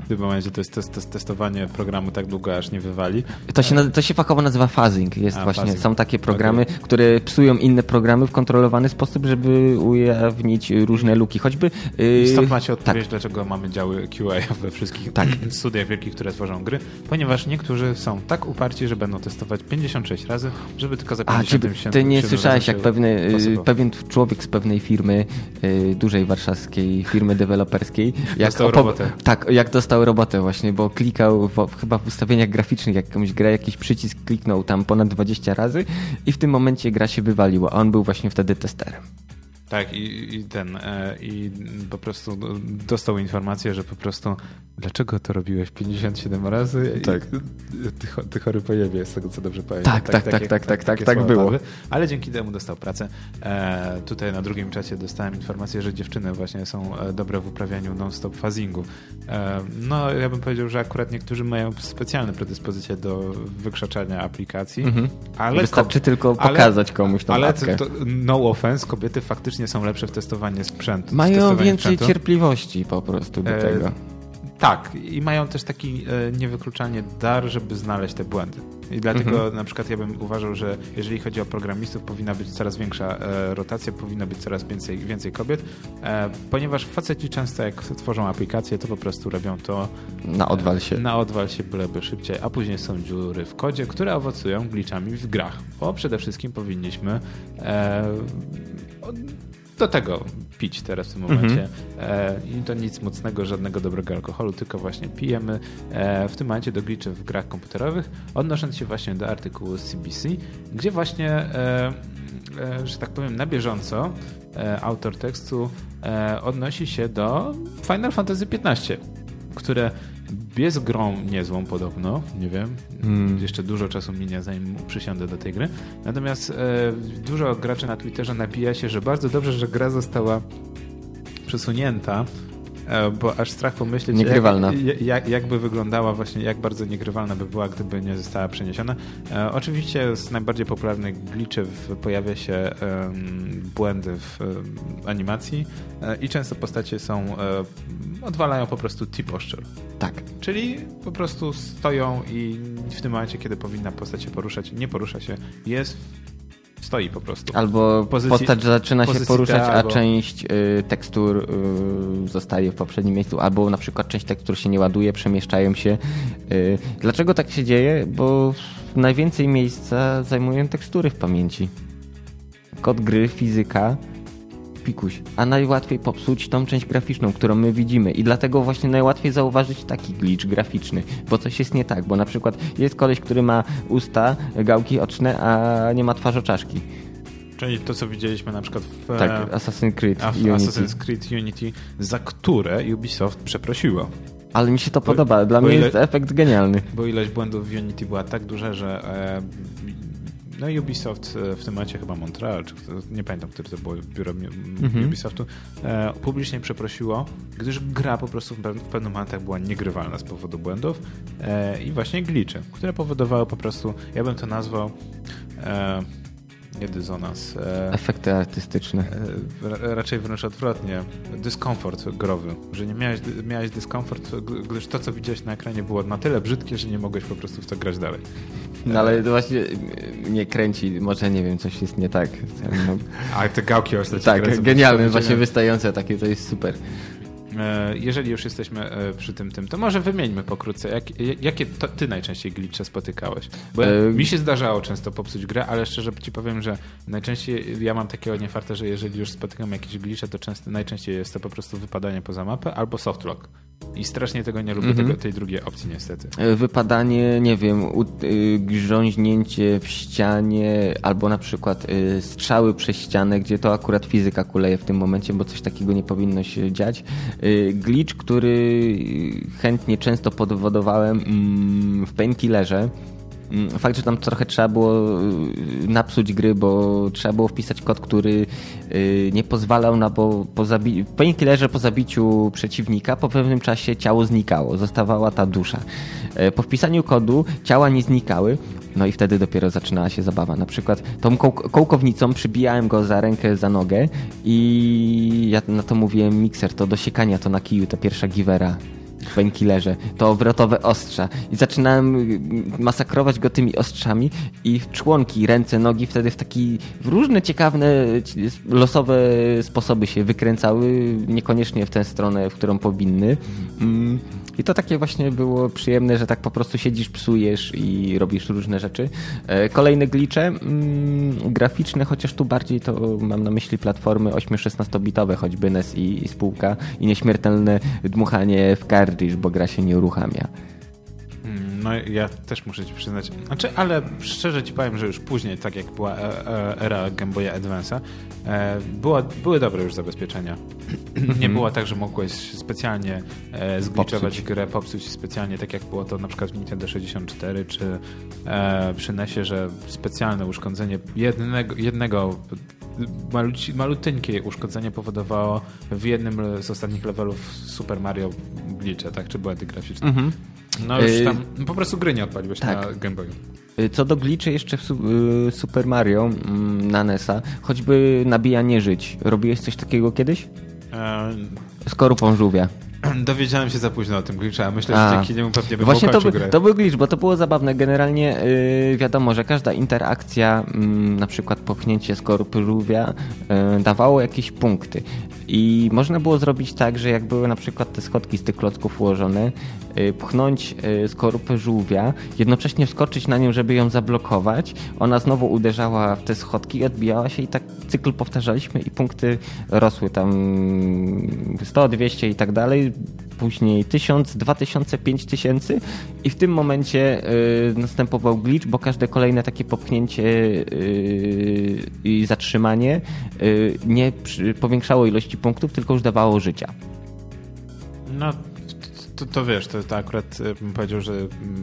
w tym momencie to jest test, test, testowanie programu tak długo, aż nie wywali. To się, to się fachowo nazywa fuzzing. Jest A, właśnie, fuzzing. są takie programy, okay. które psują inne programy w kontrolowany sposób, żeby ujawnić różne luki. Choćby... Yy, Stąd macie odpowiedź, tak. dlaczego mamy działy Q A we wszystkich tak. studiach wielkich, które tworzą gry, ponieważ niektórzy są tak uparci, że będą testować pięćdziesiąt sześć razy, żeby tylko za pięćdziesiąt A, ty nie słyszałeś, jak pewny, pewien człowiek z pewnej firmy, dużej warszawskiej firmy deweloperskiej, jak dostał robotę. Tak, jak dostał robotę właśnie, bo klikał w, chyba w ustawieniach graficznych jakąś grę, jakiś przycisk kliknął tam ponad dwadzieścia razy i w tym momencie gra się wywaliła, a on był właśnie wtedy testerem. Tak, i, i ten, e, i po prostu dostał informację, że po prostu dlaczego to robiłeś pięćdziesiąt siedem razy? Tak. I, ty, ty chory pojebie, z tego co dobrze pamiętam. Tak, tak, tak, tak, tak, tak, tak, tak było. Padły, ale dzięki temu dostał pracę. E, tutaj na drugim czacie dostałem informację, że dziewczyny właśnie są dobre w uprawianiu non-stop fuzzingu. E, no, ja bym powiedział, że akurat niektórzy mają specjalne predyspozycje do wykrzaczania aplikacji, mhm. ale... Wystarczy tylko pokazać ale, komuś tą ale apkę. To, no offense, kobiety faktycznie są lepsze w testowaniu sprzętu. Mają więcej sprzętu. cierpliwości po prostu do e, tego. Tak, i mają też taki e, niewykluczalnie dar, żeby znaleźć te błędy. I dlatego mhm. na przykład ja bym uważał, że jeżeli chodzi o programistów, powinna być coraz większa e, rotacja, powinno być coraz więcej, więcej kobiet, e, ponieważ faceci często jak tworzą aplikacje, to po prostu robią to na odwal się. E, na odwal się byleby szybciej, a później są dziury w kodzie, które owocują glitchami w grach. Bo przede wszystkim powinniśmy e, do tego pić teraz w tym momencie. Mm-hmm. I to nic mocnego, żadnego dobrego alkoholu, tylko właśnie pijemy w tym momencie do glitchy w grach komputerowych, odnosząc się właśnie do artykułu C B C, gdzie właśnie, że tak powiem, na bieżąco autor tekstu odnosi się do Final Fantasy piętnaście, które jest grą niezłą podobno, nie wiem, hmm. jeszcze dużo czasu minie, zanim przysiądę do tej gry. Natomiast e, dużo graczy na Twitterze nabija się, że bardzo dobrze, że gra została przesunięta, e, bo aż strach pomyśleć, niegrywalna. Jak, jak, jak by wyglądała właśnie, jak bardzo niegrywalna by była, gdyby nie została przeniesiona. E, oczywiście z najbardziej popularnych glitchów pojawia się e, błędy w e, animacji e, i często postacie są e, odwalają po prostu T-posture. Tak. Czyli po prostu stoją i w tym momencie, kiedy powinna postać się poruszać, nie porusza się, jest, stoi po prostu. Albo pozycji, postać zaczyna się poruszać, ta, a albo... część y, tekstur y, zostaje w poprzednim miejscu, albo na przykład część tekstur się nie ładuje, przemieszczają się. Y, dlaczego tak się dzieje? Bo najwięcej miejsca zajmują tekstury w pamięci. Kod gry, fizyka, pikuś, a najłatwiej popsuć tą część graficzną, którą my widzimy i dlatego właśnie najłatwiej zauważyć taki glitch graficzny, bo coś jest nie tak, bo na przykład jest koleś, który ma usta, gałki oczne, a nie ma twarzoczaszki. Czyli to, co widzieliśmy na przykład w tak, Assassin's Creed w Unity. Assassin's Creed Unity, za które Ubisoft przeprosiło. Ale mi się to bo, podoba, dla mnie ile, jest efekt genialny. Bo ilość błędów w Unity była tak duża, że e, no i Ubisoft w tym momencie chyba Montreal, czy nie pamiętam, które to było biuro mm-hmm. Ubisoftu, e, publicznie przeprosiło, gdyż gra po prostu w, w pewnych momentach była niegrywalna z powodu błędów e, i właśnie glitchy, które powodowały po prostu, ja bym to nazwał e, nie dysonans. E, efekty artystyczne. E, raczej wręcz odwrotnie. Dyskomfort growy, że nie miałeś, miałeś dyskomfort, gdyż to, co widziałeś na ekranie było na tyle brzydkie, że nie mogłeś po prostu w to grać dalej. No ale to właśnie mnie kręci, może nie wiem, coś jest nie tak. No. A te gałki ośle tak, genialne, właśnie wystające takie, to jest super. Jeżeli już jesteśmy przy tym, tym to może wymieńmy pokrótce, jak, jakie to ty najczęściej glitche spotykałeś? Bo ja, mi się zdarzało często popsuć grę, ale szczerze ci powiem, że najczęściej ja mam takiego niefarta, że jeżeli już spotykam jakieś glitche, to często, najczęściej jest to po prostu wypadanie poza mapę albo softlock. I strasznie tego nie lubię, mm-hmm. tego, tej drugiej opcji niestety. Wypadanie, nie wiem, grząźnięcie w ścianie albo na przykład strzały przez ścianę, gdzie to akurat fizyka kuleje w tym momencie, bo coś takiego nie powinno się dziać. Glitch, który chętnie często podwodowałem w Painkillerze. Fakt, że tam trochę trzeba było napsuć gry, bo trzeba było wpisać kod, który nie pozwalał na po, po zabi- w Painkillerze po zabiciu przeciwnika po pewnym czasie ciało znikało, zostawała ta dusza. Po wpisaniu kodu ciała nie znikały, no i wtedy dopiero zaczynała się zabawa. Na przykład tą koł- kołkownicą przybijałem go za rękę, za nogę i ja na to mówiłem mikser, to do siekania, to na kiju, ta pierwsza givera. w Painkillerze, to obrotowe ostrza i zaczynałem masakrować go tymi ostrzami i członki, ręce, nogi wtedy w taki w różne ciekawe, losowe sposoby się wykręcały, niekoniecznie w tę stronę, w którą powinny. I to takie właśnie było przyjemne, że tak po prostu siedzisz, psujesz i robisz różne rzeczy. Kolejne glicze graficzne, chociaż tu bardziej to mam na myśli platformy osiem-szesnastobitowe, choćby N E S i, i spółka i nieśmiertelne dmuchanie w kartridż, bo gra się nie uruchamia. No ja też muszę ci przyznać, znaczy, ale szczerze ci powiem, że już później, tak jak była era Game Boya Advance'a, była, były dobre już zabezpieczenia. Nie było tak, że mogłeś specjalnie zgliczować grę, popsuć specjalnie, tak jak było to na przykład w Nintendo sześćdziesiąt cztery, czy przy N E S ie, że specjalne uszkodzenie jednego, jednego maluci, maluteńkie uszkodzenie powodowało w jednym z ostatnich levelów Super Mario glitche, tak, czy błędy graficzne. Mhm. No już tam yy, po prostu gry nie odpaliłeś tak. na Game Boyu. Co do gliczy jeszcze w Super Mario na N E S a, choćby nabijanie żyć. Robiłeś coś takiego kiedyś? Z skorupą żółwia. Dowiedziałem się za późno o tym glitchu, a myślę, a. że dzięki niemu pewnie bym Właśnie to, grę. to był glitch, bo to było zabawne. Generalnie yy, wiadomo, że każda interakcja, yy, na przykład popchnięcie skorupy żółwia, yy, dawało jakieś punkty. I można było zrobić tak, że jak były na przykład te schodki z tych klocków ułożone, yy, pchnąć yy, skorupę żółwia, jednocześnie wskoczyć na nią, żeby ją zablokować. Ona znowu uderzała w te schodki i odbijała się i tak cykl powtarzaliśmy i punkty rosły tam sto, dwieście i tak dalej. Później tysiąc, dwa tysiące, pięć tysięcy i w tym momencie y, następował glitch, bo każde kolejne takie popchnięcie y, i zatrzymanie y, nie przy, powiększało ilości punktów, tylko już dawało życia. No to, to wiesz, to, to akurat bym powiedział, że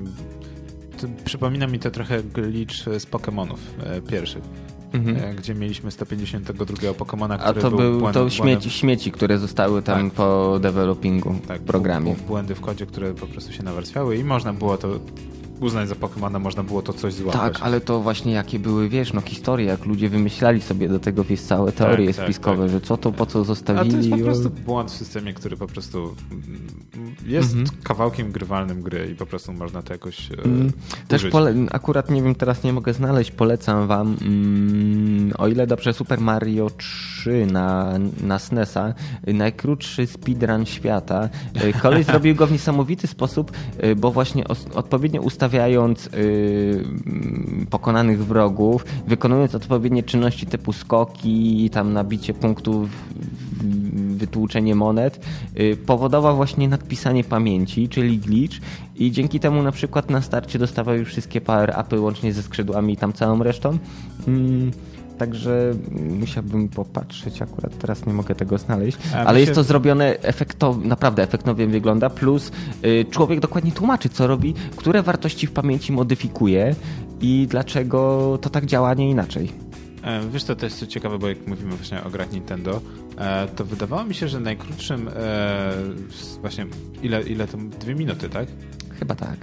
to przypomina mi to trochę glitch z Pokemonów pierwszych. Mhm. Gdzie mieliśmy sto pięćdziesiątego drugiego Pokemona, który A to był był błęd, to śmieci, błędem... śmieci, które zostały tam tak. po developingu tak, w programie. Błędy w kodzie, które po prostu się nawarstwiały i można było to uznać za Pokemona, można było to coś złapać. Tak, ale to właśnie jakie były, wiesz, no historie, jak ludzie wymyślali sobie do tego, wiesz, całe teorie tak, spiskowe, tak, tak. że co to, po co zostawili. A to jest po prostu błąd w systemie, który po prostu jest mhm. kawałkiem grywalnym gry i po prostu można to jakoś mm. Też pole- akurat nie wiem, teraz nie mogę znaleźć, polecam wam, mm, o ile dobrze, Super Mario trzy na, na S N E S a, najkrótszy speedrun świata. Koleś zrobił go w niesamowity sposób, bo właśnie os- odpowiednio ustawiając y, pokonanych wrogów, wykonując odpowiednie czynności typu skoki, tam nabicie punktów, wytłuczenie monet, y, powodował właśnie nadpisanie pamięci, czyli glitch i dzięki temu na przykład na starcie dostawał już wszystkie power-upy łącznie ze skrzydłami i tam całą resztą. Mm. Także musiałbym popatrzeć, akurat teraz nie mogę tego znaleźć, A ale jest się... to zrobione efektowo, naprawdę efektownie wygląda, plus y, człowiek dokładnie tłumaczy, co robi, które wartości w pamięci modyfikuje i dlaczego to tak działa, a nie inaczej. Wiesz co, to jest ciekawe, bo jak mówimy właśnie o grach Nintendo, to wydawało mi się, że najkrótszym właśnie, ile, ile to, dwie minuty, tak? Chyba tak.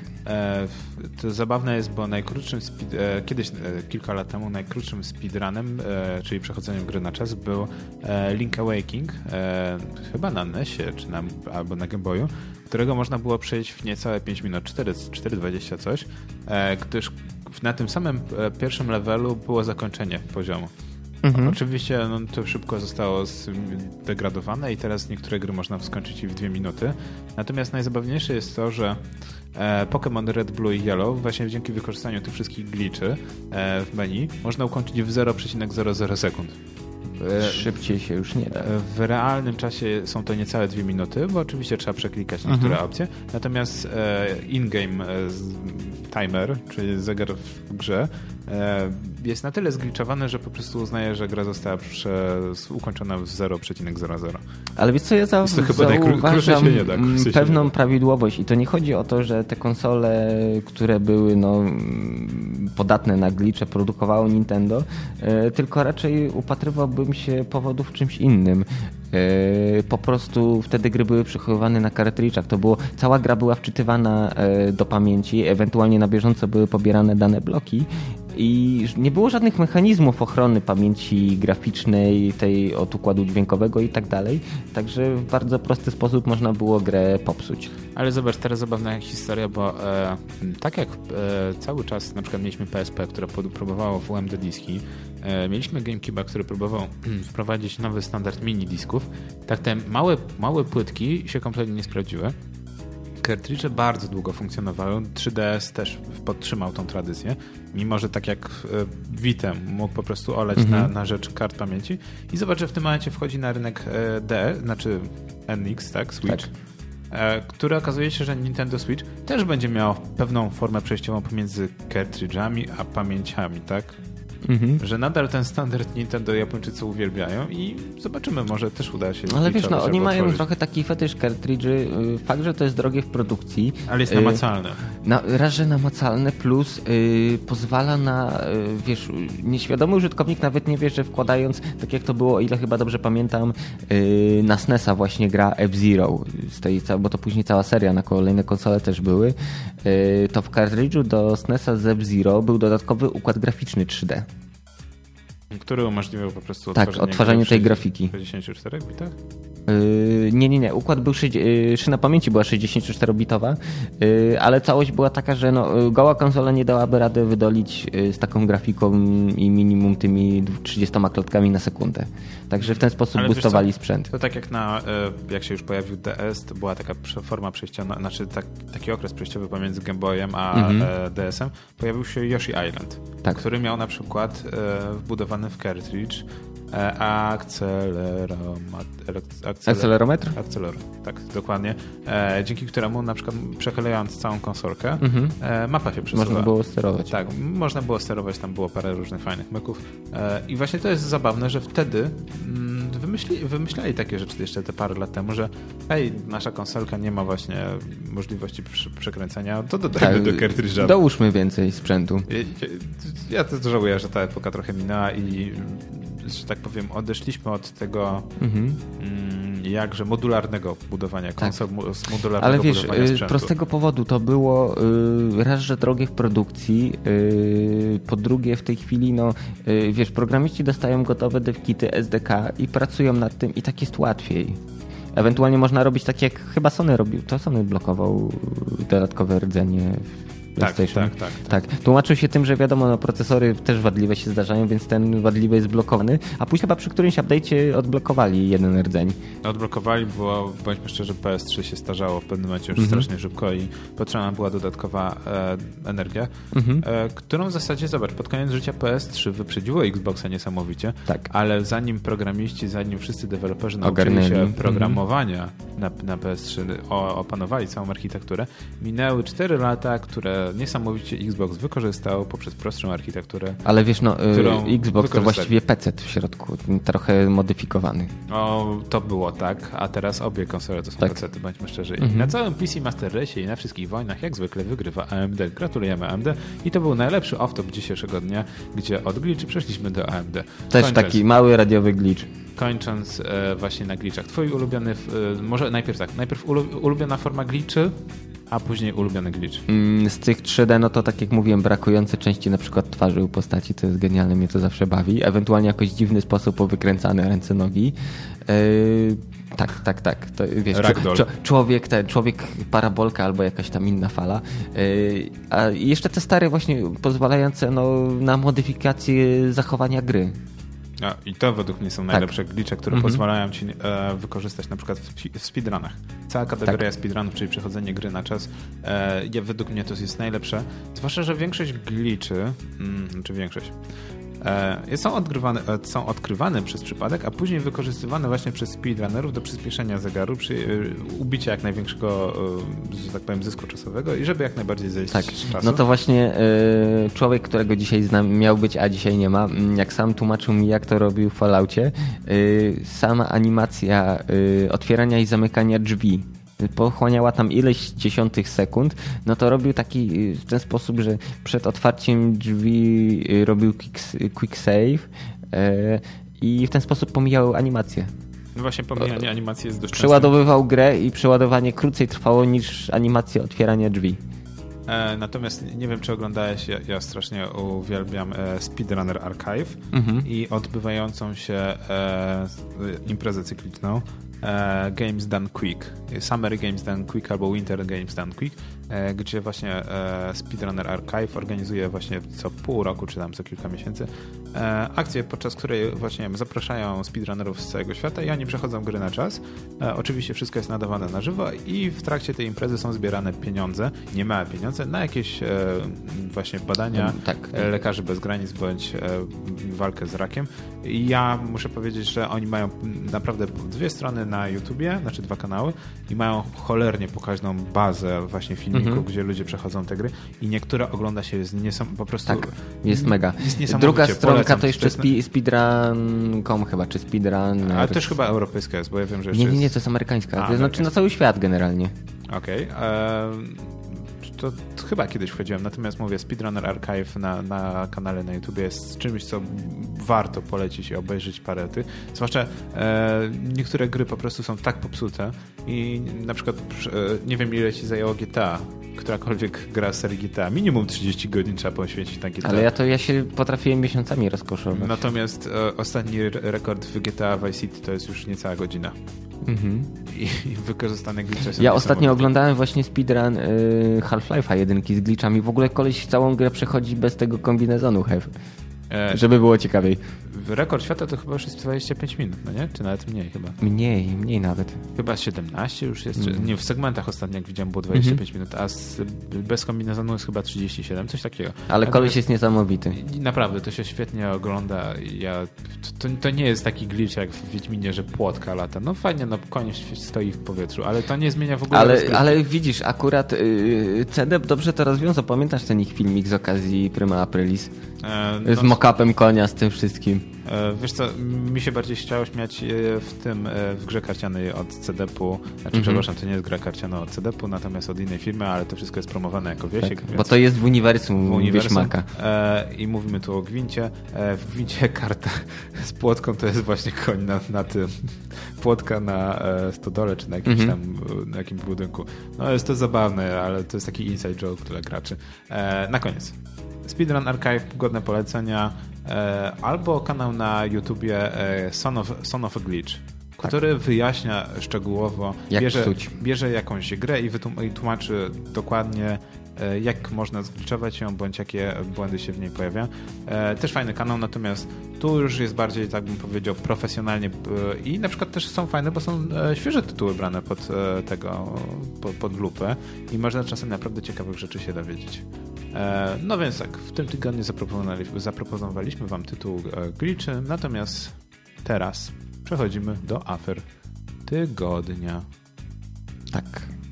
To zabawne jest, bo najkrótszym speed, kiedyś, kilka lat temu, najkrótszym speedrunem, czyli przechodzeniem gry na czas, był Link Awakening, chyba na N E S ie czy na, albo na Game Boyu, którego można było przejść w niecałe pięć minut, cztery dwadzieścia coś, gdyż na tym samym pierwszym levelu było zakończenie poziomu. Mhm. Oczywiście no, to szybko zostało zdegradowane i teraz niektóre gry można skończyć w dwie minuty. Natomiast najzabawniejsze jest to, że e, Pokémon Red, Blue i Yellow właśnie dzięki wykorzystaniu tych wszystkich glitchy e, w menu można ukończyć w zero przecinek zero zero sekund. Szybciej się już nie da. W realnym czasie są to niecałe dwie minuty, bo oczywiście trzeba przeklikać niektóre mhm. opcje. Natomiast in-game timer, czyli zegar w grze, jest na tyle zgliczowany, że po prostu uznaje, że gra została prze... ukończona w zero przecinek zero zero. Ale wiesz co, ja zau- to chyba zauważam się nie da, się pewną nie da. prawidłowość i to nie chodzi o to, że te konsole, które były no, podatne na glicze, produkowało Nintendo, tylko raczej upatrywałbym się powodów w czymś innym. Po prostu wtedy gry były przechowywane na kartridżach. To było, cała gra była wczytywana do pamięci, ewentualnie na bieżąco były pobierane dane bloki i nie było żadnych mechanizmów ochrony pamięci graficznej, tej od układu dźwiękowego i tak dalej, także w bardzo prosty sposób można było grę popsuć. Ale zobacz, teraz zabawna historia, bo e, tak jak e, cały czas na przykład mieliśmy P S P, które próbowało W M D diski, e, mieliśmy GameCube'a, który próbował wprowadzić nowy standard mini disków, tak te małe, małe płytki się kompletnie nie sprawdziły. Kartridże bardzo długo funkcjonowały. trzy D S też podtrzymał tą tradycję, mimo że tak jak Vitem mógł po prostu oleć mm-hmm. na, na rzecz kart pamięci. I zobacz, że w tym momencie wchodzi na rynek D, znaczy N X, tak, Switch, tak. który okazuje się, że Nintendo Switch też będzie miał pewną formę przejściową pomiędzy kartridżami a pamięciami, tak? Mhm. Że nadal ten standard Nintendo Japończycy uwielbiają i zobaczymy, może też uda się. Ale wiesz, no oni mają otworzyć. Trochę taki fetysz kartridży. Fakt, że to jest drogie w produkcji. Ale jest namacalne. Na, raz, że namacalne, plus yy, pozwala na, yy, wiesz, nieświadomy użytkownik nawet nie wie, że wkładając, tak jak to było, o ile chyba dobrze pamiętam, yy, na S N E S a właśnie gra F-Zero, z tej, bo to później cała seria na kolejne konsole też były, yy, to w kartridżu do S N E S a z F-Zero był dodatkowy układ graficzny trzy D. Który umożliwiał po prostu tak, odtwarzanie, odtwarzanie tej grafiki. W sześćdziesięciu czterech bitach? Yy, nie, nie, nie. Układ był, yy, szyna pamięci była sześćdziesięcioczterobitowa, yy, ale całość była taka, że no, goła konsola nie dałaby rady wydolić yy, z taką grafiką i minimum tymi trzydziestoma klatkami na sekundę. Także w ten sposób ale boostowali sprzęt. To tak jak na, jak się już pojawił D S, to była taka forma przejściowa, znaczy tak, taki okres przejściowy pomiędzy Game Boyem a mhm. D S em. Pojawił się Yoshi Island, tak. który miał na przykład wbudowany w cartridge Akceleromat, akceler, akcelerometr? Akcelerometr, tak, dokładnie. E, dzięki któremu na przykład przechylając całą konsolkę mm-hmm. e, mapa się przesuwa. Można było sterować. Tak, można było sterować, tam było parę różnych fajnych myków. E, I właśnie to jest zabawne, że wtedy mm, wymyśli, wymyślali takie rzeczy jeszcze te parę lat temu, że hej, nasza konsolka nie ma właśnie możliwości przy, przekręcenia, to dodajmy tak, do cartridge'a. Dołóżmy więcej sprzętu. Ja, ja też żałuję, że ta epoka trochę minęła i że tak powiem, odeszliśmy od tego mhm. jakże modularnego budowania konsol, tak. modularnego ale wiesz, budowania sprzętu. Z prostego powodu to było raz, że drogie w produkcji, po drugie w tej chwili, no wiesz, programiści dostają gotowe devkity S D K i pracują nad tym i tak jest łatwiej. Ewentualnie można robić tak, jak chyba Sony robił. To Sony blokował dodatkowe rdzenie PlayStation. Tak, tak, tak, tak. Tłumaczył się tym, że wiadomo, no, procesory też wadliwe się zdarzają, więc ten wadliwy jest blokowany, a później chyba przy którymś update'cie odblokowali jeden rdzeń. Odblokowali, bo bądźmy szczerzy, P S trzy się starzało w pewnym momencie już mm-hmm. strasznie szybko i potrzebna była dodatkowa e, energia, mm-hmm. e, którą w zasadzie, zobacz, pod koniec życia P S trzy wyprzedziło Xboxa niesamowicie, tak. ale zanim programiści, zanim wszyscy deweloperzy nauczyli Ogarnęli. się programowania mm-hmm. na, na P S trzy, o, opanowali całą architekturę, minęły cztery lata, które niesamowicie Xbox wykorzystał poprzez prostszą architekturę. Ale wiesz, no Xbox to właściwie P C w środku, trochę modyfikowany. O, to było tak, a teraz obie konsole to są tak. P C, bądźmy szczerzy. Mhm. I na całym P C Master Race i na wszystkich wojnach jak zwykle wygrywa A M D. Gratulujemy A M D i to był najlepszy off-top dzisiejszego dnia, gdzie od glitchy przeszliśmy do A M D. Też Kończąc, taki mały radiowy glitch. Kończąc e, właśnie na glitchach. Twój ulubiony, e, może najpierw tak, najpierw ulubiona forma glitchy, a później ulubiony glitch. Z tych trzy D, no to tak jak mówiłem, brakujące części na przykład twarzy u postaci, to jest genialne, mnie to zawsze bawi. Ewentualnie jakoś dziwny sposób powykręcane ręce, nogi. Yy, tak, tak, tak. To, wiesz, czo- człowiek, ten, człowiek parabolka albo jakaś tam inna fala. Yy, a jeszcze te stare właśnie pozwalające no, na modyfikację zachowania gry. A, I to według mnie są najlepsze tak. glitche, które mm-hmm. pozwalają ci e, wykorzystać na przykład w, w speedrunach. Cała kategoria tak. speedrunów, czyli przechodzenie gry na czas, e, ja, według mnie to jest najlepsze. Zwłaszcza, że większość glitchy, mm, czy większość, e, są, odgrywane, e, są odkrywane przez przypadek, a później wykorzystywane właśnie przez speedrunnerów do przyspieszenia zegaru, przy e, ubicia jak największego, e, że tak powiem, zysku czasowego i żeby jak najbardziej zejść tak. z czasu. No to właśnie e, człowiek, którego dzisiaj znam, miał być, a dzisiaj nie ma, jak sam tłumaczył mi, jak to robił w Falloutie, e, sama animacja e, otwierania i zamykania drzwi pochłaniała tam ileś dziesiątych sekund, no to robił taki w ten sposób, że przed otwarciem drzwi robił quick, quick save e, i w ten sposób pomijał animację. No właśnie pomijanie animacji jest dość Przeładowywał grę i przeładowanie krócej trwało niż animacja otwierania drzwi. Natomiast nie wiem, czy oglądałeś, ja, ja strasznie uwielbiam Speedrunner Archive mhm. i odbywającą się e, imprezę cykliczną e, Games Done Quick. Summer Games Done Quick albo Winter Games Done Quick, e, gdzie właśnie e, Speedrunner Archive organizuje właśnie co pół roku, czy tam co kilka miesięcy e, akcję, podczas której właśnie zapraszają speedrunnerów z całego świata i oni przechodzą gry na czas. E, oczywiście wszystko jest nadawane na żywo i w trakcie tej imprezy są zbierane pieniądze, niemałe pieniądze, na jakieś e, właśnie badania tak, tak. lekarzy bez granic bądź e, walkę z rakiem. I ja muszę powiedzieć, że oni mają naprawdę dwie strony na YouTubie, znaczy dwa kanały i mają cholernie pokaźną bazę właśnie filmików, mhm. gdzie ludzie przechodzą te gry i niektóre ogląda się jest niesam, po prostu... Tak, jest mega. Jest Druga stronka polecam. To jeszcze to jest... speedrun kropka com chyba, czy speedrun... Ale też chyba europejska jest, bo ja wiem, że jeszcze Nie, nie, nie, jest... to jest amerykańska. A, to znaczy na cały świat generalnie. Okej. Okay. To, to chyba kiedyś wchodziłem, natomiast mówię, Speedrunner Archive na, na kanale na YouTubie jest czymś, co warto polecić i obejrzeć parę tych. Zwłaszcza e, niektóre gry po prostu są tak popsute i na przykład e, nie wiem, ile ci zajęło G T A, którakolwiek gra z serii G T A. Minimum trzydzieści godzin trzeba poświęcić na G T A. Ale ja to ja się potrafiłem miesiącami rozkoszować. Natomiast e, ostatni rekord w G T A Vice City to jest już niecała godzina. Mhm. I, i wykorzystane glicze są. Ja ostatnio oglądałem właśnie speedrun y, Half-Life'a jedynki z glitchami. W ogóle koleś całą grę przechodzi bez tego kombinezonu have. E, żeby było ciekawiej. Rekord świata to chyba już jest dwadzieścia pięć minut, no nie? Czy nawet mniej chyba? Mniej, mniej nawet. Chyba siedemnaście już jest. Mm. Nie, w segmentach ostatnio jak widziałem było dwadzieścia pięć mm-hmm. minut, a z, bez kombinezonu jest chyba trzydzieści siedem, coś takiego. Ale a koleś jest niesamowity. Naprawdę, to się świetnie ogląda. Ja, to, to nie jest taki glitch jak w Wiedźminie, że płotka lata. No fajnie, no koniec stoi w powietrzu, ale to nie zmienia w ogóle Ale, ale widzisz, akurat yy, C D dobrze to rozwiązał. Pamiętasz ten ich filmik z okazji Prima Aprilis? E, no, z mock-upem konia, z tym wszystkim. Wiesz co, mi się bardziej chciało śmiać w tym, w grze karcianej od C D P u, znaczy mm-hmm. przepraszam, to nie jest gra karciana od C D P u, natomiast od innej firmy, ale to wszystko jest promowane jako Wiesiek. Tak, bo to jest w uniwersum, w uniwersum Wieśmaka. E, I mówimy tu o Gwincie. E, w Gwincie karta z płotką to jest właśnie koń na, na tym, płotka na e, stodole, czy na jakimś mm-hmm. tam, na jakimś budynku. No jest to zabawne, ale to jest taki inside joke dla graczy. E, na koniec. Speedrun Archive, godne polecenia, e, albo kanał na YouTubie e, Son, of, Son of a Glitch, tak. który wyjaśnia szczegółowo, jak bierze, psuć. bierze jakąś grę i, wytłum- i tłumaczy dokładnie, e, jak można zgliczować ją, bądź jakie błędy się w niej pojawiają. E, też fajny kanał, natomiast tu już jest bardziej, tak bym powiedział, profesjonalnie e, i na przykład też są fajne, bo są e, świeże tytuły brane pod e, tego, pod, pod lupę i można czasem naprawdę ciekawych rzeczy się dowiedzieć. No więc tak, w tym tygodniu zaproponowaliśmy, zaproponowaliśmy wam tytuł Glitchy, natomiast teraz przechodzimy do afer tygodnia. Tak.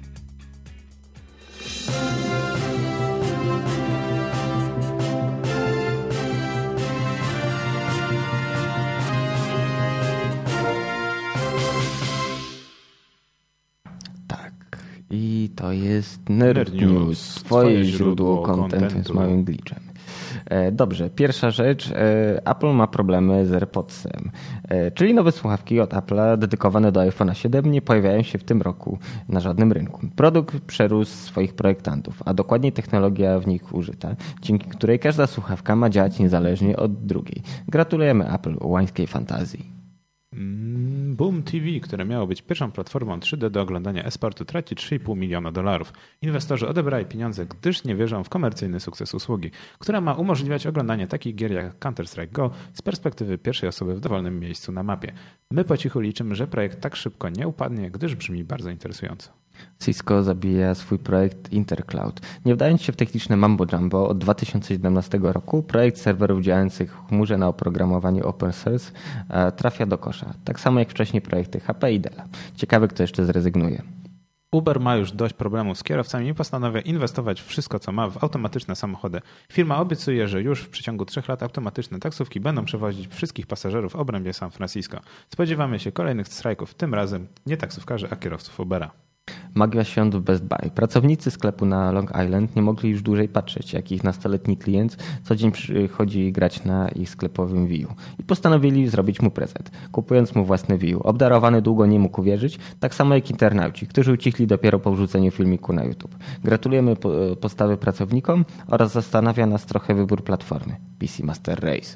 I to jest Nerd, Nerd News, News. Twoje źródło kontentu z małym glitchem. Dobrze, pierwsza rzecz. Apple ma problemy z AirPodsem. Czyli nowe słuchawki od Apple'a dedykowane do iPhone'a siedem nie pojawiają się w tym roku na żadnym rynku. Produkt przerósł swoich projektantów, a dokładniej technologia w nich użyta, dzięki której każda słuchawka ma działać niezależnie od drugiej. Gratulujemy Apple łańskiej fantazji. Boom T V, które miało być pierwszą platformą trzy D do oglądania e-sportu, traci trzy i pół miliona dolarów. Inwestorzy odebrali pieniądze, gdyż nie wierzą w komercyjny sukces usługi, która ma umożliwiać oglądanie takich gier jak Counter-Strike Go z perspektywy pierwszej osoby w dowolnym miejscu na mapie. My po cichu liczymy, że projekt tak szybko nie upadnie, gdyż brzmi bardzo interesująco. Cisco zabija swój projekt Intercloud. Nie wdając się w techniczne mambo jumbo, od dwa tysiące siedemnastego roku projekt serwerów działających w chmurze na oprogramowaniu open source trafia do kosza. Tak samo jak wcześniej projekty H P i Della. Ciekawe, kto jeszcze zrezygnuje. Uber ma już dość problemów z kierowcami i postanawia inwestować w wszystko, co ma, w automatyczne samochody. Firma obiecuje, że już w przeciągu trzech lat automatyczne taksówki będą przewozić wszystkich pasażerów w obrębie San Francisco. Spodziewamy się kolejnych strajków, tym razem nie taksówkarzy, a kierowców Ubera. Magia świąt w Best Buy. Pracownicy sklepu na Long Island nie mogli już dłużej patrzeć, jak ich nastoletni klient co dzień przychodzi grać na ich sklepowym Wii U. I postanowili zrobić mu prezent, kupując mu własny Wii U. Obdarowany długo nie mógł uwierzyć, tak samo jak internauci, którzy ucichli dopiero po wrzuceniu filmiku na YouTube. Gratulujemy postawy pracownikom oraz zastanawia nas trochę wybór platformy P C Master Race.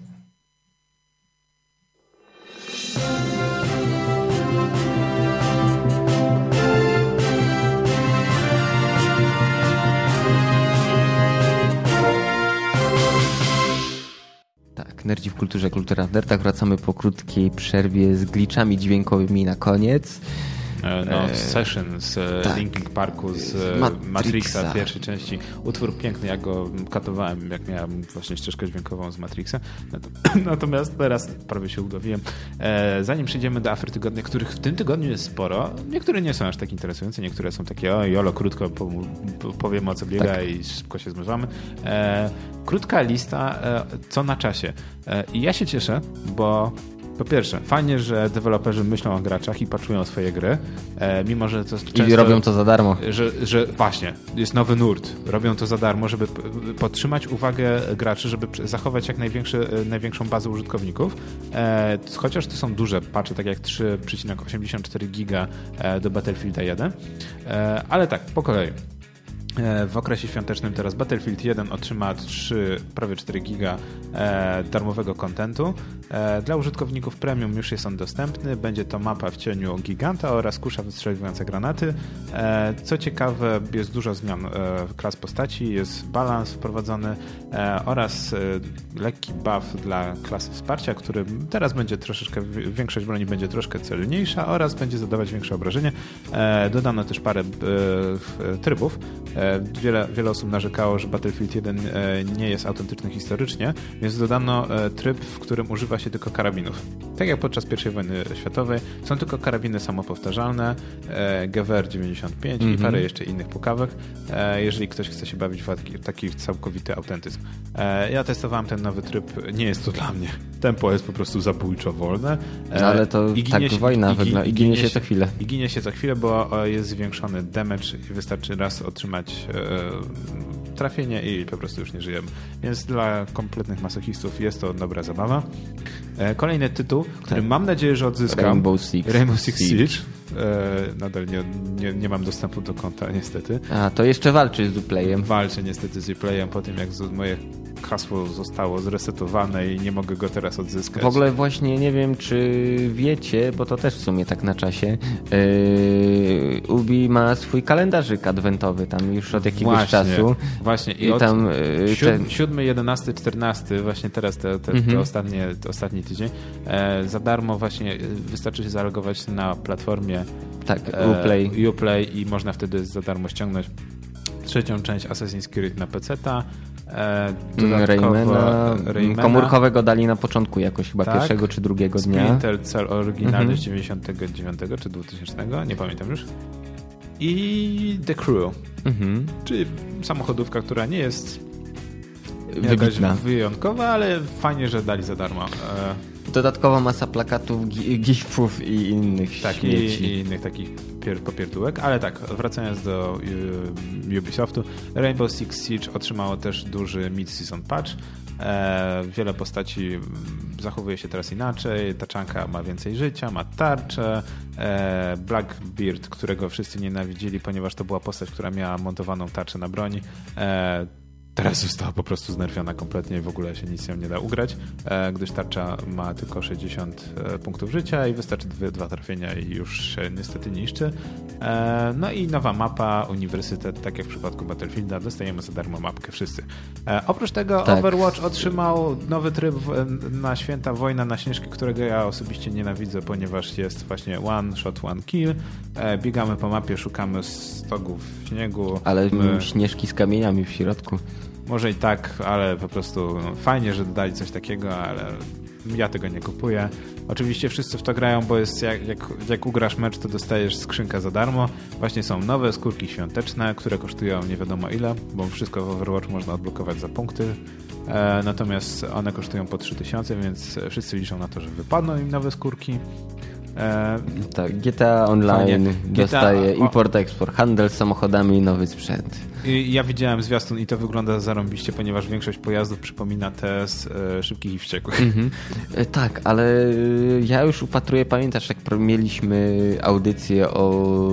Tak, nerdzi w kulturze, kultura w nerdach. Wracamy po krótkiej przerwie z glitchami dźwiękowymi na koniec. No, Session z tak. Linkin Parku, z Matrixa. Matrixa pierwszej części. Utwór piękny, ja go katowałem, jak miałem właśnie ścieżkę dźwiękową z Matrixa. Natomiast teraz prawie się udowiłem. Zanim przejdziemy do afer tygodnia, których w tym tygodniu jest sporo, niektóre nie są aż tak interesujące, niektóre są takie, o jolo, krótko powiemy o co biega tak. i szybko się zmywamy. Krótka lista, co na czasie. I ja się cieszę, bo po pierwsze, fajnie, że deweloperzy myślą o graczach i patchują swoje gry, e, mimo że to często... I robią to za darmo. Że, że właśnie, jest nowy nurt. Robią to za darmo, żeby podtrzymać uwagę graczy, żeby zachować jak największy, największą bazę użytkowników. E, chociaż to są duże patche, tak jak trzy przecinek osiemdziesiąt cztery giga do Battlefielda jeden. E, ale tak, po kolei. W okresie świątecznym teraz Battlefield jeden otrzyma trzy, prawie cztery giga e, darmowego kontentu. E, dla użytkowników premium już jest on dostępny. Będzie to mapa w cieniu giganta oraz kusza wystrzeliwująca granaty. E, co ciekawe, jest dużo zmian e, klas postaci, jest balans wprowadzony e, oraz e, lekki buff dla klasy wsparcia, który teraz będzie troszeczkę, większość broni będzie troszkę celniejsza oraz będzie zadawać większe obrażenie. E, dodano też parę e, trybów. Wiele, wiele osób narzekało, że Battlefield jeden nie jest autentyczny historycznie, więc dodano tryb, w którym używa się tylko karabinów. Tak jak podczas pierwszej wojny światowej. Są tylko karabiny samopowtarzalne, G W R dziewięćdziesiąt pięć mm-hmm. i parę jeszcze innych pukawek, jeżeli ktoś chce się bawić w taki, taki całkowity autentyzm. Ja testowałem ten nowy tryb, nie jest to dla mnie. Tempo jest po prostu zabójczo wolne. No ale to i tak się, wojna i, wygląda i ginie się co chwilę. I ginie się co chwilę, bo jest zwiększony damage i wystarczy raz otrzymać e, trafienie i po prostu już nie żyjemy. Więc dla kompletnych masochistów jest to dobra zabawa. E, kolejny tytuł, który tak. mam nadzieję, że odzyskam. Rainbow Six, Rainbow Six Siege. Siege. E, nadal nie, nie, nie mam dostępu do konta, niestety. A, to jeszcze walczysz z Uplayem. Walczę niestety z Uplayem po tym, jak z, moje hasło zostało zresetowane i nie mogę go teraz odzyskać. W ogóle właśnie nie wiem, czy wiecie, bo to też w sumie tak na czasie, yy, Ubi ma swój kalendarzyk adwentowy tam już od jakiegoś właśnie, czasu. Właśnie. I, I od tam ten... siódmy, jedenasty, czternasty, właśnie teraz te, te, mhm. te ostatnie, te ostatni tydzień, e, za darmo właśnie wystarczy się zalogować na platformie tak, Uplay. E, Uplay i można wtedy za darmo ściągnąć trzecią część Assassin's Creed na peceta. E, Raymana, Raymana. Komórkowego dali na początku jakoś chyba tak. pierwszego czy drugiego dnia. Splinter Cell oryginalny mhm. z dziewięćdziesiątego dziewiątego czy dwutysięcznego, nie pamiętam już. I The Crew, mhm. czyli samochodówka, która nie jest jakaś wybitna, wyjątkowa, ale fajnie, że dali za darmo. E, Dodatkowa masa plakatów, gifów i innych tak, śmieci. I, i innych takich pier- popierdółek. Ale tak, wracając do y, Ubisoftu, Rainbow Six Siege otrzymało też duży mid-season patch. E, wiele postaci zachowuje się teraz inaczej. Taczanka ma więcej życia, ma tarczę. E, Blackbeard, którego wszyscy nienawidzili, ponieważ to była postać, która miała montowaną tarczę na broni. E, Teraz została po prostu znerfiona kompletnie i w ogóle się nic nią nie da ugrać, gdyż tarcza ma tylko sześćdziesiąt punktów życia i wystarczy dwie, dwa trafienia i już się niestety niszczy. No i nowa mapa, Uniwersytet, tak jak w przypadku Battlefielda, dostajemy za darmo mapkę wszyscy. Oprócz tego tak. Overwatch otrzymał nowy tryb na święta Wojna na Śnieżki, którego ja osobiście nienawidzę, ponieważ jest właśnie one shot, one kill. Biegamy po mapie, szukamy stogów śniegu. Ale my... śnieżki z kamieniami w środku. Może i tak, ale po prostu no, fajnie, że dodali coś takiego, ale ja tego nie kupuję. Oczywiście wszyscy w to grają, bo jest jak, jak, jak ugrasz mecz, to dostajesz skrzynkę za darmo. Właśnie są nowe skórki świąteczne, które kosztują nie wiadomo ile, bo wszystko w Overwatch można odblokować za punkty. E, natomiast one kosztują po trzy tysiące, więc wszyscy liczą na to, że wypadną im nowe skórki. E, tak, G T A Online Fajnie. dostaje G T A, import, eksport, handel z samochodami i nowy sprzęt. Ja widziałem zwiastun i to wygląda zarąbiście, ponieważ większość pojazdów przypomina te z e, Szybkich i Wściekłych. Mm-hmm. Tak, ale ja już upatruję, pamiętasz jak mieliśmy audycję o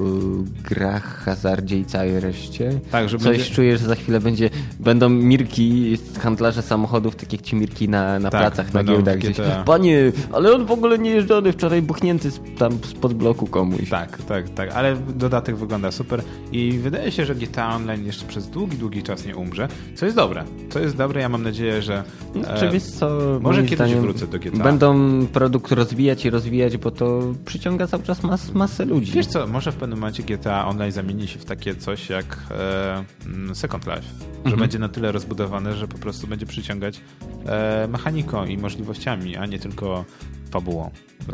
grach, hazardzie i całej reszcie? Tak, że Coś będzie... czuję, że za chwilę będzie, będą mirki, handlarze samochodów, tak jak ci mirki na, na tak, placach, na giełdach gdzieś. Panie, ale on w ogóle nie jeżdżony, wczoraj buchnięty z, tam spod bloku komuś. Tak, tak, tak, ale dodatek wygląda super i wydaje się, że G T A Online jeszcze przez długi, długi czas nie umrze, co jest dobre. Co jest dobre, ja mam nadzieję, że Czy wiesz co, może kiedyś wrócę do G T A. Będą produkt rozwijać i rozwijać, bo to przyciąga cały czas mas, masę ludzi. Wiesz co, może w pewnym momencie G T A Online zamieni się w takie coś jak e, Second Life, że mhm. będzie na tyle rozbudowane, że po prostu będzie przyciągać e, mechaniką i możliwościami, a nie tylko fabułą.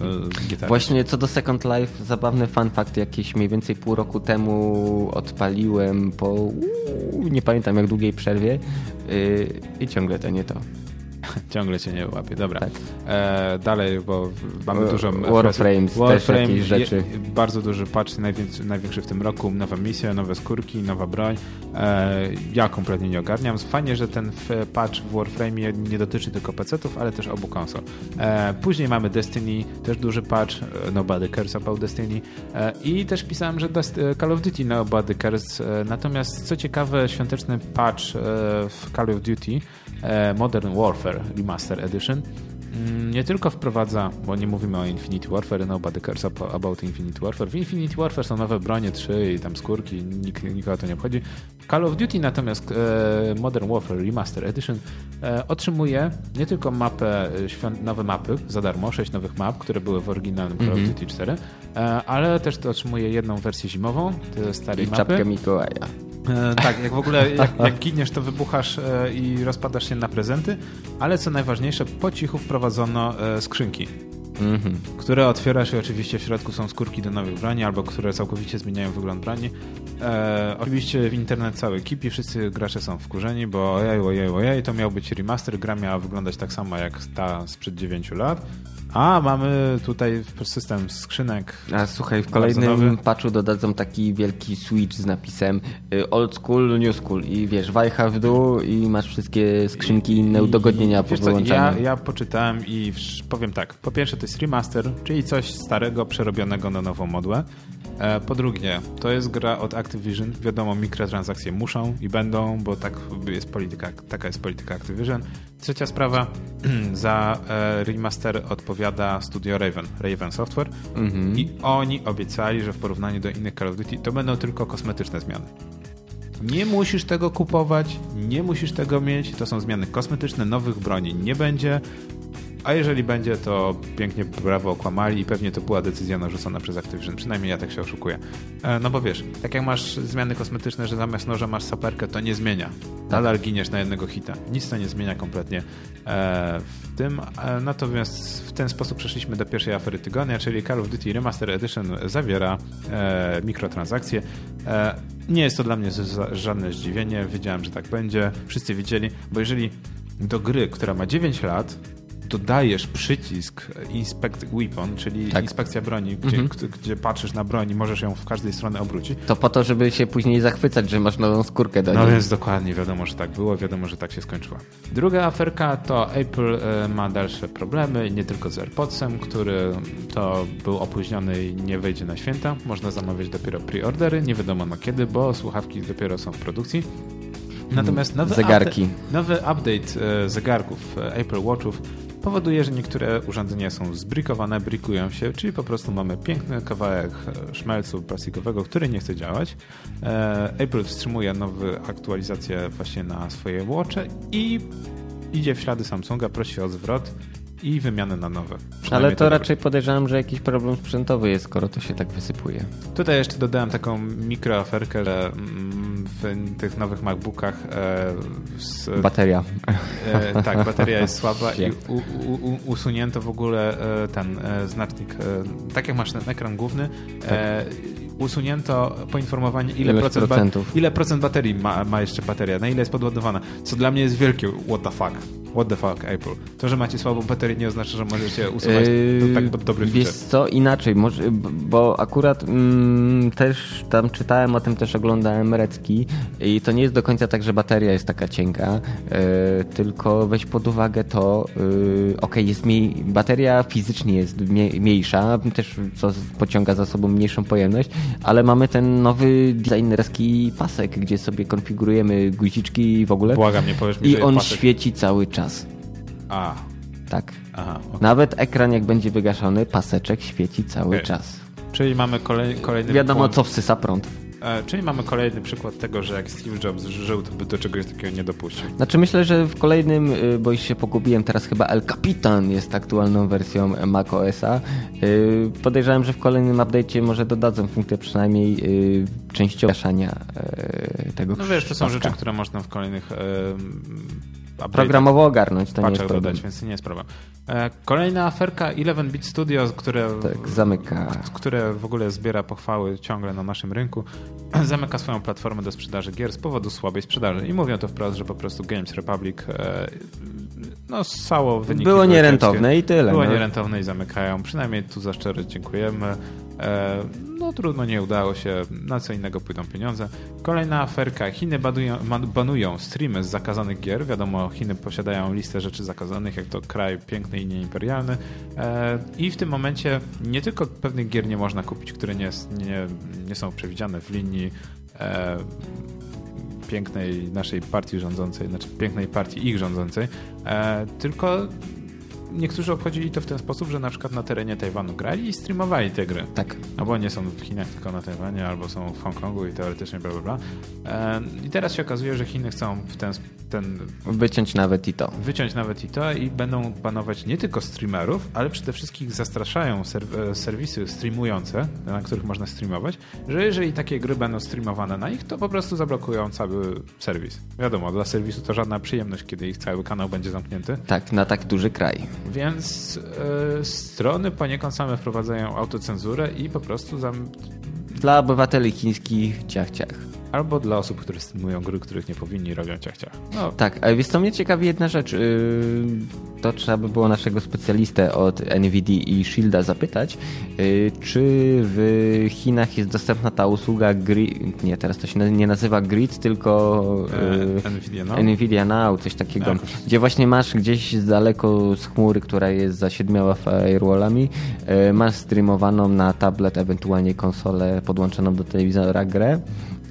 G T A. Właśnie co do Second Life, zabawny fun fact, jakieś mniej więcej pół roku temu odpaliłem po uu, nie pamiętam jak długiej przerwie yy, i ciągle to nie to. Ciągle cię nie łapie. Dobra. Tak. E, dalej, bo mamy dużo... Warframes, Warframe, też jakieś rzeczy. Je, bardzo duży patch, największy, największy w tym roku. Nowa misja, nowe skórki, nowa broń. E, ja kompletnie nie ogarniam. Fajnie, że ten patch w Warframe nie dotyczy tylko pecetów, ale też obu konsol. E, później mamy Destiny, też duży patch. Nobody cares about Destiny. E, I też pisałem, że Call of Duty Nobody cares. E, natomiast co ciekawe, świąteczny patch e, w Call of Duty e, Modern Warfare Remaster Edition nie tylko wprowadza, bo nie mówimy o Infinite Warfare, nobody cares about Infinite Warfare. W Infinite Warfare są nowe bronie, trzy i tam skórki, nikt, nikogo to nie obchodzi. Call of Duty natomiast e, Modern Warfare Remaster Edition e, otrzymuje nie tylko mapę, świąt, nowe mapy za darmo, sześć nowych map, które były w oryginalnym Call of Duty cztery, e, ale też to otrzymuje jedną wersję zimową, te starej I mapy. czapkę Mikołaja. E, tak, jak w ogóle jak, jak giniesz, to wybuchasz e, i rozpadasz się na prezenty, ale co najważniejsze, po cichu wprowadzono e, skrzynki, mm-hmm. które otwierasz i oczywiście w środku są skórki do nowych broni, albo które całkowicie zmieniają wygląd broni. E, oczywiście w internet cały kipi, wszyscy gracze są wkurzeni, bo ojej, ojej, ojej, to miał być remaster, gra miała wyglądać tak samo jak ta sprzed dziewięciu lat. A mamy tutaj system skrzynek. A słuchaj, w kolejnym patchu dodadzą taki wielki switch z napisem old school, new school i wiesz, wajcha w dół i masz wszystkie skrzynki i inne udogodnienia powyłączane. Ja, ja poczytałem i powiem tak, po pierwsze to jest remaster, czyli coś starego przerobionego na nową modłę. Po drugie, to jest gra od Activision. Wiadomo, mikrotransakcje muszą i będą, bo tak jest polityka, taka jest polityka Activision. Trzecia sprawa, za remaster odpowiada studio Raven, Raven Software mm-hmm. i oni obiecali, że w porównaniu do innych Call of Duty to będą tylko kosmetyczne zmiany. Nie musisz tego kupować, nie musisz tego mieć, to są zmiany kosmetyczne, nowych broni nie będzie. A jeżeli będzie, to pięknie brawo okłamali i pewnie to była decyzja narzucona przez Activision. Przynajmniej ja tak się oszukuję. No bo wiesz, tak jak masz zmiany kosmetyczne, że zamiast noża masz saperkę, to nie zmienia. Nadal giniesz na jednego hita. Nic to nie zmienia kompletnie w tym. Natomiast w ten sposób przeszliśmy do pierwszej afery tygodnia, czyli Call of Duty Remaster Edition zawiera mikrotransakcje. Nie jest to dla mnie żadne zdziwienie. Wiedziałem, że tak będzie. Wszyscy wiedzieli, bo jeżeli do gry, która ma dziewięć lat, dodajesz przycisk Inspect Weapon, czyli tak. inspekcja broni, gdzie, mm-hmm. gdzie patrzysz na broń i możesz ją w każdej stronie obrócić. To po to, żeby się później zachwycać, że masz nową skórkę do niej. No więc dokładnie, wiadomo, że tak było, wiadomo, że tak się skończyła. Druga aferka to Apple ma dalsze problemy, nie tylko z AirPodsem, który to był opóźniony i nie wejdzie na święta. Można zamawiać dopiero pre-ordery, nie wiadomo na kiedy, bo słuchawki dopiero są w produkcji. Natomiast nowy, Zegarki. update, nowy update e, zegarków e, Apple Watchów powoduje, że niektóre urządzenia są zbrikowane, brikują się, czyli po prostu mamy piękny kawałek szmelcu plastikowego, który nie chce działać. E, Apple wstrzymuje nowe aktualizacje właśnie na swoje Watche i idzie w ślady Samsunga, prosi o zwrot i wymianę na nowe. Ale to raczej podejrzewam, że jakiś problem sprzętowy jest, skoro to się tak wysypuje. Tutaj jeszcze dodałem taką mikroaferkę, że w tych nowych MacBookach e, z, bateria. E, tak, bateria jest słaba i u, u, usunięto w ogóle e, ten e, znacznik, e, tak jak masz ten ekran główny, e, usunięto poinformowanie, ile procent, ba- ile procent baterii ma, ma jeszcze bateria, na ile jest podładowana, co dla mnie jest wielkie what the fuck. what the fuck, Apple. To, że macie słabą baterię nie oznacza, że możecie usuwać yy, tak dobry feature. Wiesz co, inaczej, może, bo akurat mm, też tam czytałem o tym, też oglądałem Recki i to nie jest do końca tak, że bateria jest taka cienka, yy, tylko weź pod uwagę to, yy, okej, okay, jest mniej, bateria fizycznie jest mniej, mniejsza, też co pociąga za sobą mniejszą pojemność, ale mamy ten nowy designerski pasek, gdzie sobie konfigurujemy guziczki i w ogóle. Błagam, nie powiesz mi, I że on pasek... świeci cały czas. A. Tak. Aha, okay. Nawet ekran jak będzie wygaszony, paseczek świeci cały okay. czas. Czyli mamy kolej, kolejny... Wiadomo, błąd. co wsysa prąd. E, czyli mamy kolejny przykład tego, że jak Steve Jobs żył, to by do czegoś takiego nie dopuścił. Znaczy myślę, że w kolejnym, bo już się pogubiłem, teraz chyba El Capitan jest aktualną wersją macOSa. Podejrzewam, że w kolejnym update'cie może dodadzą funkcję przynajmniej częściowego gaszania tego. No wiesz, to są paska. rzeczy, które można w kolejnych e, programowo ogarnąć, to nie jest problem. dodać, więc nie jest problem. E, kolejna aferka eleven bit Studios, które, tak, zamyka. które w ogóle zbiera pochwały ciągle na naszym rynku, zamyka swoją platformę do sprzedaży gier z powodu słabej sprzedaży. I mówią to wprost, że po prostu Games Republic e, no ssało wyniki. Było nierentowne i tyle. Było no. nierentowne i zamykają. Przynajmniej tu za szczerość dziękujemy. E, no trudno, nie udało się. Na co innego pójdą pieniądze. Kolejna aferka. Chiny banują, banują streamy z zakazanych gier. Wiadomo, Chiny posiadają listę rzeczy zakazanych, jak to kraj piękny i nieimperialny. E, I w tym momencie nie tylko pewnych gier nie można kupić, które nie, nie, nie są przewidziane w linii e, pięknej naszej partii rządzącej, znaczy pięknej partii ich rządzącej, e, tylko niektórzy obchodzili to w ten sposób, że na przykład na terenie Tajwanu grali i streamowali te gry. Tak. Albo nie są w Chinach, tylko na Tajwanie, albo są w Hongkongu i teoretycznie bla, bla, bla. E, I teraz się okazuje, że Chiny chcą w ten, ten... Wyciąć nawet i to. Wyciąć nawet i to i będą banować nie tylko streamerów, ale przede wszystkim zastraszają serw- serwisy streamujące, na których można streamować, że jeżeli takie gry będą streamowane na nich, to po prostu zablokują cały serwis. Wiadomo, dla serwisu to żadna przyjemność, kiedy ich cały kanał będzie zamknięty. Tak, na tak duży kraj. Więc e, strony poniekąd same wprowadzają autocenzurę i po prostu zam... Dla obywateli chińskich ciach, ciach. Albo dla osób, które streamują gry, których nie powinni, robią ciach, ciach. No. Tak, ale wiesz co, mnie ciekawi jedna rzecz. To trzeba by było naszego specjalistę od NVIDIA i Shielda zapytać, czy w Chinach jest dostępna ta usługa Grid, nie, teraz to się nie nazywa Grid, tylko e, NVIDIA Now, NVIDIA Now, coś takiego, tak. Gdzie właśnie masz gdzieś z daleko z chmury, która jest za siedmioma firewallami, masz streamowaną na tablet, ewentualnie konsolę podłączoną do telewizora grę.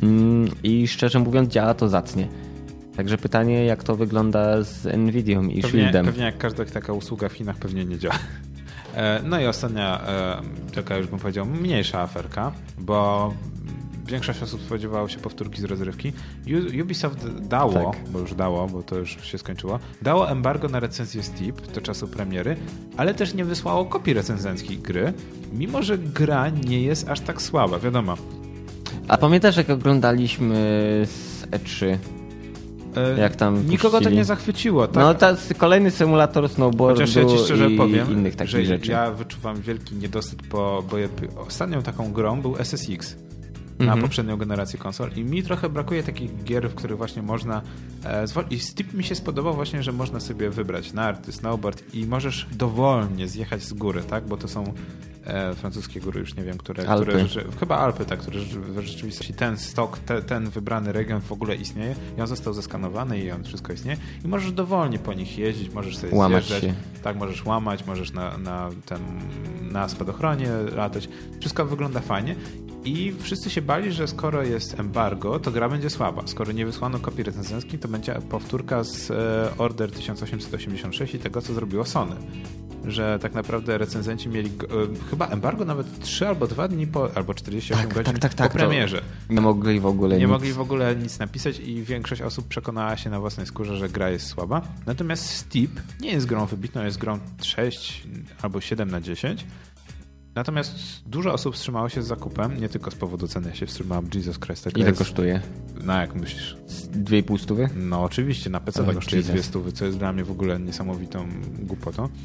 I szczerze mówiąc działa to zacnie. Także pytanie, jak to wygląda z NVIDIą i pewnie, Shieldem. Pewnie jak każda taka usługa w Chinach pewnie nie działa. No i ostatnia, taka już bym powiedział, mniejsza aferka, bo większość osób spodziewało się powtórki z rozrywki. Ubisoft dało, tak. bo już dało, bo to już się skończyło, dało embargo na recenzję Steep do czasu premiery, ale też nie wysłało kopii recenzenckich gry, mimo że gra nie jest aż tak słaba, wiadomo. A pamiętasz, jak oglądaliśmy z E trzy? Jak tam nikogo puścili? to nie zachwyciło. Tak? No to kolejny symulator snowboardu Chociaż ja ci szczerze i powiem, innych takich że rzeczy. Ja wyczuwam wielki niedosyt, bo, bo ja, ostatnią taką grą był S S X na mhm. poprzednią generację konsol i mi trochę brakuje takich gier, w których właśnie można e, i Steep mi się spodobał właśnie, że można sobie wybrać narty, snowboard i możesz dowolnie zjechać z góry, tak? Bo to są e, francuskie góry, już nie wiem, które, Alpy. które rzeczy, chyba Alpy, tak, które w rzeczywistości ten stok, te, ten wybrany region w ogóle istnieje i on został zeskanowany i on wszystko istnieje i możesz dowolnie po nich jeździć, możesz sobie łamać zjeżdżać, się. tak, możesz łamać, możesz na, na, ten, na spadochronie latać, wszystko wygląda fajnie. I wszyscy się bali, że skoro jest embargo, to gra będzie słaba. Skoro nie wysłano kopii recenzenckich, to będzie powtórka z Order tysiąc osiemset osiemdziesiąt sześć i tego, co zrobiło Sony. Że tak naprawdę recenzenci mieli e, chyba embargo nawet trzy albo dwa dni po, albo czterdzieści osiem tak, godzin tak, tak, tak, po premierze. Nie mogli w ogóle Nie nic. mogli w ogóle nic napisać i większość osób przekonała się na własnej skórze, że gra jest słaba. Natomiast Steep nie jest grą wybitną, jest grą sześć albo siedem na dziesięć. Natomiast dużo osób wstrzymało się z zakupem, nie tylko z powodu ceny. Ja się wstrzymałem, Jesus Christ. Ile jest... kosztuje? No jak myślisz? Dwie i pół stówy? No oczywiście, na P C to kosztuje dwie stówy, co jest dla mnie w ogóle niesamowitą głupotą.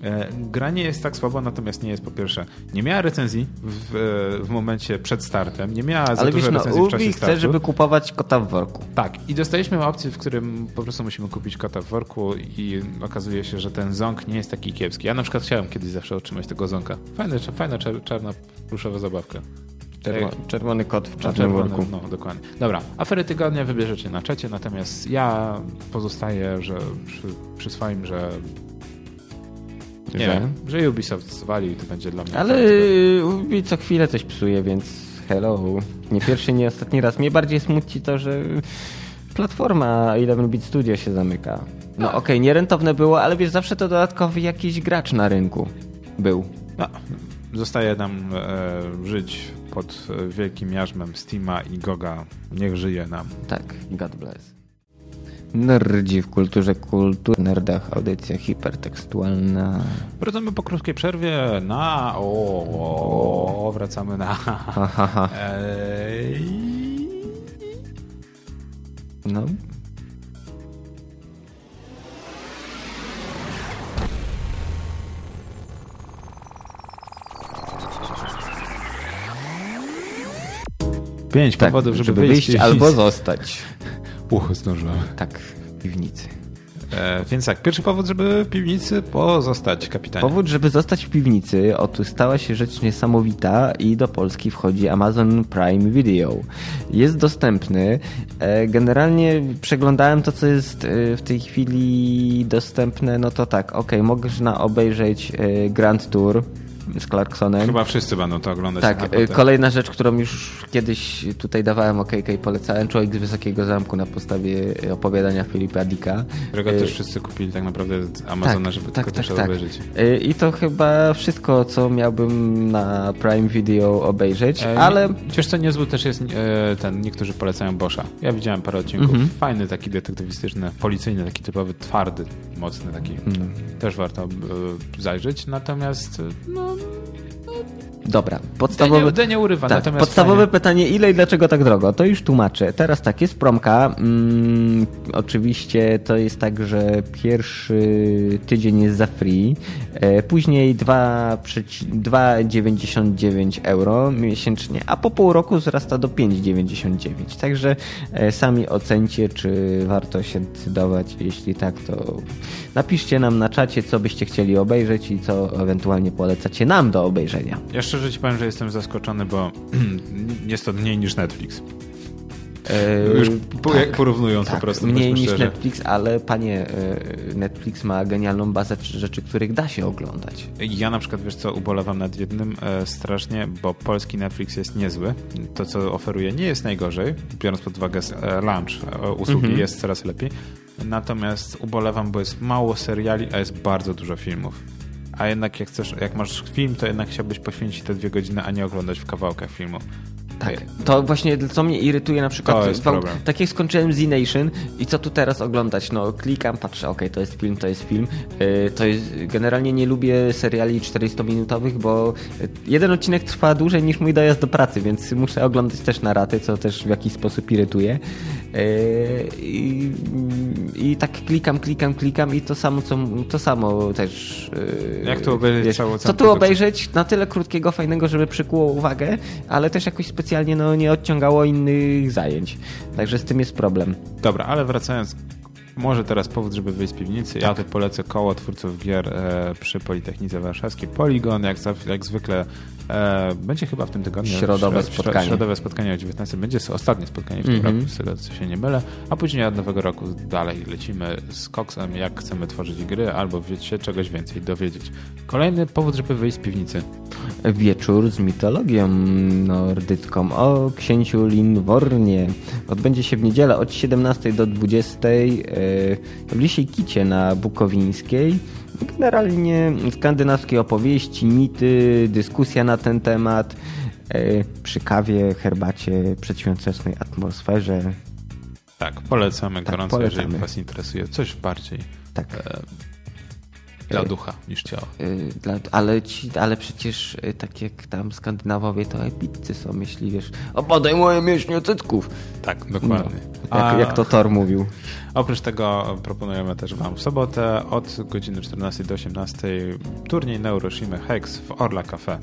Gra nie jest tak słaba, natomiast nie jest po pierwsze, nie miała recenzji w, w momencie przed startem, nie miała za Ale dużo wiesz, no, recenzji w czasie Ubi startu. chce, żeby kupować kota w worku. Tak, i dostaliśmy opcję, w którym po prostu musimy kupić kota w worku i okazuje się, że ten ząg nie jest taki kiepski. Ja na przykład chciałem kiedyś zawsze otrzymać tego ząka. Fajna, fajna czarna, pluszowa zabawka. Czerwo, czerwony kot w czarnym czerwony, worku. No, dokładnie. Dobra, afery tygodnia wybierzecie na czacie, natomiast ja pozostaję że przy, przy swoim, że nie że? wiem, że Ubisoft zwalił i to będzie dla mnie... Ale Ubi co chwilę coś psuje, więc hello. Nie pierwszy, nie ostatni raz. Mnie bardziej smuci to, że platforma jeden bit Studio się zamyka. No okej, okay, nierentowne było, ale wiesz, zawsze to dodatkowy jakiś gracz na rynku był. No, zostaje nam e, żyć pod wielkim jarzmem Steama i Goga. Niech żyje nam. Tak, God bless. Nerdzi w kulturze kultur, nerdach, audycja hipertekstualna. Wracamy po krótkiej przerwie na... O, o wracamy na... Ha, ha, ha. Ej. No. Pięć tak, powodów, żeby, żeby wyjść, wyjść albo zostać. Uch, zdążyłem. Tak, w piwnicy. E, więc tak, pierwszy powód, żeby w piwnicy pozostać, kapitanie. Powód, żeby zostać w piwnicy, otóż stała się rzecz niesamowita i do Polski wchodzi Amazon Prime Video. Jest dostępny. E, generalnie przeglądałem to, co jest w tej chwili dostępne, no to tak, okej, okay, można obejrzeć e, Grand Tour z Clarksonem. Chyba wszyscy będą to oglądać. Tak, kolejna rzecz, którą już kiedyś tutaj dawałem okejkę i polecałem, Człowiek z Wysokiego Zamku na podstawie opowiadania Filipa Dicka. Którego też wszyscy kupili tak naprawdę z Amazona, tak, żeby tak, tylko tak, też tak. obejrzeć. I to chyba wszystko, co miałbym na Prime Video obejrzeć, e, ale... Wiesz co, niezły też jest e, ten, niektórzy polecają Boscha. Ja widziałem parę odcinków. Mhm. Fajny, taki detektywistyczny, policyjny, taki typowy, twardy, mocny taki. Mhm. Też warto e, zajrzeć. Natomiast no Dobra, podstawowe, D nie urywa, tak, natomiast podstawowe fajnie. pytanie, ile i dlaczego tak drogo? To już tłumaczę. Teraz tak, jest promka. Mm, oczywiście to jest tak, że pierwszy tydzień jest za free, e, później dwa przecinek dziewięćdziesiąt dziewięć euro miesięcznie, a po pół roku wzrasta do pięć dziewięćdziesiąt dziewięć. Także e, sami ocencie, czy warto się decydować. Jeśli tak, to napiszcie nam na czacie, co byście chcieli obejrzeć i co ewentualnie polecacie nam do obejrzenia. Ja szczerze ci powiem, że jestem zaskoczony, bo jest to mniej niż Netflix. Eee, Już po, tak, porównując tak, po prostu. Mniej niż szczerze. Netflix, ale panie, Netflix ma genialną bazę rzeczy, których da się oglądać. Ja na przykład, wiesz co, ubolewam nad jednym e, strasznie, bo polski Netflix jest niezły. To, co oferuje, nie jest najgorzej, biorąc pod uwagę e, launch e, usługi, mm-hmm. jest coraz lepiej. Natomiast ubolewam, bo jest mało seriali, a jest bardzo dużo filmów. A jednak jak chcesz, jak masz film, to jednak chciałbyś poświęcić te dwie godziny, a nie oglądać w kawałkach filmu. Tak, to właśnie co mnie irytuje na przykład, to jest w, problem. Tak jak skończyłem Z-Nation i co tu teraz oglądać, no klikam, patrzę, okej, okay, to jest film, to jest film, yy, to jest, generalnie nie lubię seriali czterystominutowych, bo jeden odcinek trwa dłużej niż mój dojazd do pracy, więc muszę oglądać też na raty, co też w jakiś sposób irytuje. Yy, i, I tak klikam, klikam, klikam i to samo, co, to samo też... Yy, jak tu obejrzeć wiesz, cało, Co tu obejrzeć? Na tyle krótkiego, fajnego, żeby przykuło uwagę, ale też jakoś specjalnie no, nie odciągało innych zajęć. Także z tym jest problem. Dobra, ale wracając, może teraz powód, żeby wyjść z piwnicy. Tak. Ja tu polecę koło twórców gier e, przy Politechnice Warszawskiej. Polygon, jak, jak zwykle e, będzie chyba w tym tygodniu. Środowe środ, spotkanie. Środowe spotkanie o dziewiętnastej. Będzie ostatnie spotkanie w tym mm-hmm. roku, z tego co się nie mylę. A później od nowego roku dalej lecimy z koksem, jak chcemy tworzyć gry, albo się czegoś więcej dowiedzieć. Kolejny powód, żeby wyjść z piwnicy. Wieczór z mitologią nordycką o księciu Linwornie. Odbędzie się w niedzielę od siedemnastej do dwudziestej w Lisiej Kicie na Bukowińskiej. Generalnie skandynawskie opowieści, mity, dyskusja na ten temat przy kawie, herbacie, przedświątecznej atmosferze. Tak, polecamy tak, gorąco, polecamy. jeżeli Was interesuje coś bardziej tak. e, Dla ducha niż ciała. Dla, ale, ci, ale przecież tak jak tam Skandynawowie, to epiccy są, jeśli wiesz, o podaj moje mięśnie cycków. Tak, dokładnie. No, jak, jak to Thor mówił. Oprócz tego proponujemy też wam w sobotę od godziny czternastej do osiemnastej turniej Neuroshima Hex w Orla Cafe.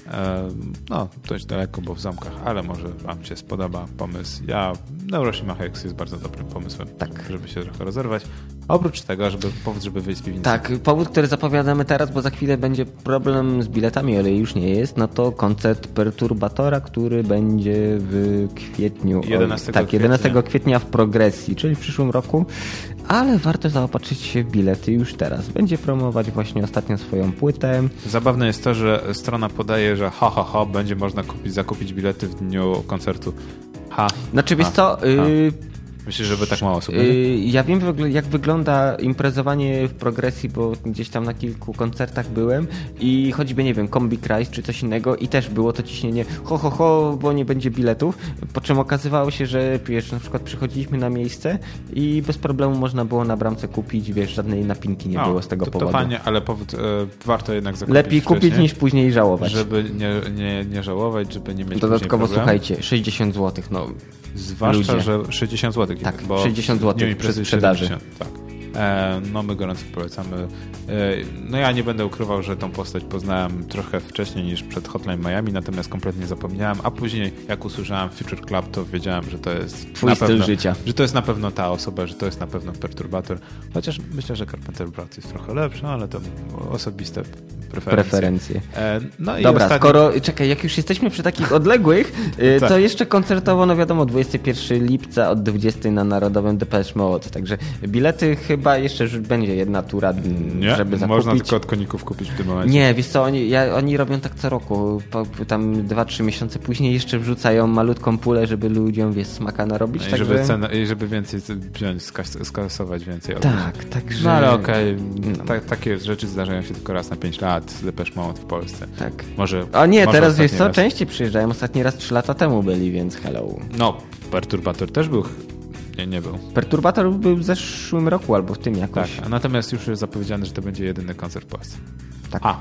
No, dość daleko, bo w Zamkach, ale może wam się spodoba pomysł. Ja, Neuroshima Hex jest bardzo dobrym pomysłem, tak, żeby się trochę rozerwać. Oprócz tego, żeby powód, żeby wyjść z piwnicy. Tak, powód, który zapowiadamy teraz, bo za chwilę będzie problem z biletami, ale już nie jest, no to koncert Perturbatora, który będzie w kwietniu. jedenastego Tak, jedenastego kwietnia w Progresji, czyli w przyszłym roku. Ale warto zaopatrzyć się w bilety już teraz. Będzie promować właśnie ostatnio swoją płytę. Zabawne jest to, że strona podaje, że ha, ha, ha, będzie można kupić, zakupić bilety w dniu koncertu. Ha. Znaczy, wiesz co... Ha. Y Myślisz, żeby tak mało osób? Yy, ja wiem, jak wygląda imprezowanie w Progresji, bo gdzieś tam na kilku koncertach byłem i choćby, nie wiem, Combi Christ czy coś innego i też było to ciśnienie ho, ho, ho, bo nie będzie biletów, po czym okazywało się, że wiesz, na przykład przychodziliśmy na miejsce i bez problemu można było na bramce kupić, wiesz, żadnej napinki nie o, było z tego to, powodu. To fajnie, ale powód, e, warto jednak zakupić lepiej kupić niż później żałować. Żeby nie, nie, nie żałować, żeby nie mieć dodatkowo, słuchajcie, sześćdziesiąt złotych, no zwłaszcza, ludzie. że sześćdziesiąt złotych. Tak, bo sześćdziesiąt złotych przy sprzedaży. Tak. E, no my gorąco polecamy. E, no ja nie będę ukrywał, że tą postać poznałem trochę wcześniej niż przed Hotline Miami, natomiast kompletnie zapomniałem, a później jak usłyszałem Future Club, to wiedziałem, że to jest twój na styl pewno, życia. Że to jest na pewno ta osoba, że to jest na pewno Perturbator. Chociaż myślę, że Carpenter Brut jest trochę lepszy, ale to osobiste preferencje. preferencje. E, no i Dobra, ostatni... skoro, czekaj, jak już jesteśmy przy takich odległych, y, tak. to jeszcze koncertowo, no wiadomo, dwudziestego pierwszego lipca od dwudziestej na Narodowym Depeche Mode, także bilety chyba jeszcze już będzie jedna tura, nie, żeby zakupić. Można tylko od koników kupić w tym momencie. Nie, wiesz co, oni, ja, oni robią tak co roku, po, tam dwa trzy miesiące później jeszcze wrzucają malutką pulę, żeby ludziom, wiesz, smaka narobić. I, także... żeby, cenę, i żeby więcej wziąć, skas- skasować więcej. Tak, także... No ale okej, okay. no. Ta, takie rzeczy zdarzają się tylko raz na pięć lat, Depeche Mode w Polsce. Tak. Może, o nie, może teraz wiesz co, raz. częściej przyjeżdżają, ostatni raz trzy lata temu byli, więc hello. No, Perturbator też był. Nie, nie był. Perturbator był w zeszłym roku albo w tym jakoś. Tak, a natomiast już jest zapowiedziane, że to będzie jedyny koncert w Polsce. Tak. A,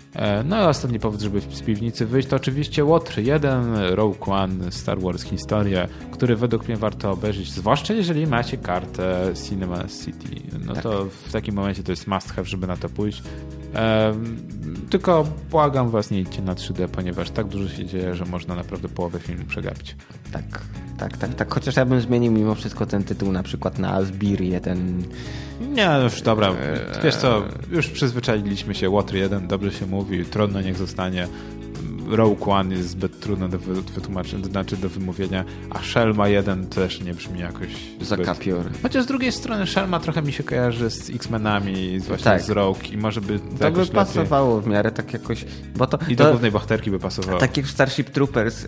no i ostatni powód, żeby z piwnicy wyjść, to oczywiście Łotr jeden, Rogue One, Star Wars Historia, który według mnie warto obejrzeć, zwłaszcza jeżeli macie kartę Cinema City. No tak. To w takim momencie to jest must have, żeby na to pójść. Um, tylko błagam was, nie idźcie na trzy D, ponieważ tak dużo się dzieje, że można naprawdę połowę filmu przegapić. Tak, tak, tak, tak. Chociaż ja bym zmienił mimo wszystko ten tytuł na przykład na Asbir jeden. Nie, już dobra. Wiesz co, już przyzwyczailiśmy się. Łotr jeden, dobrze się mówi, trudno niech zostanie. Rogue One jest zbyt trudne do wytłumaczenia, to znaczy do wymówienia, a Shelma jeden też nie brzmi jakoś za kapior. Chociaż z drugiej strony Shelma trochę mi się kojarzy z X-Menami, właśnie tak. z Rogue i może by to by pasowało lepiej. W miarę tak jakoś, bo to, i to, do głównej bohaterki by pasowało. Tak jak w Starship Troopers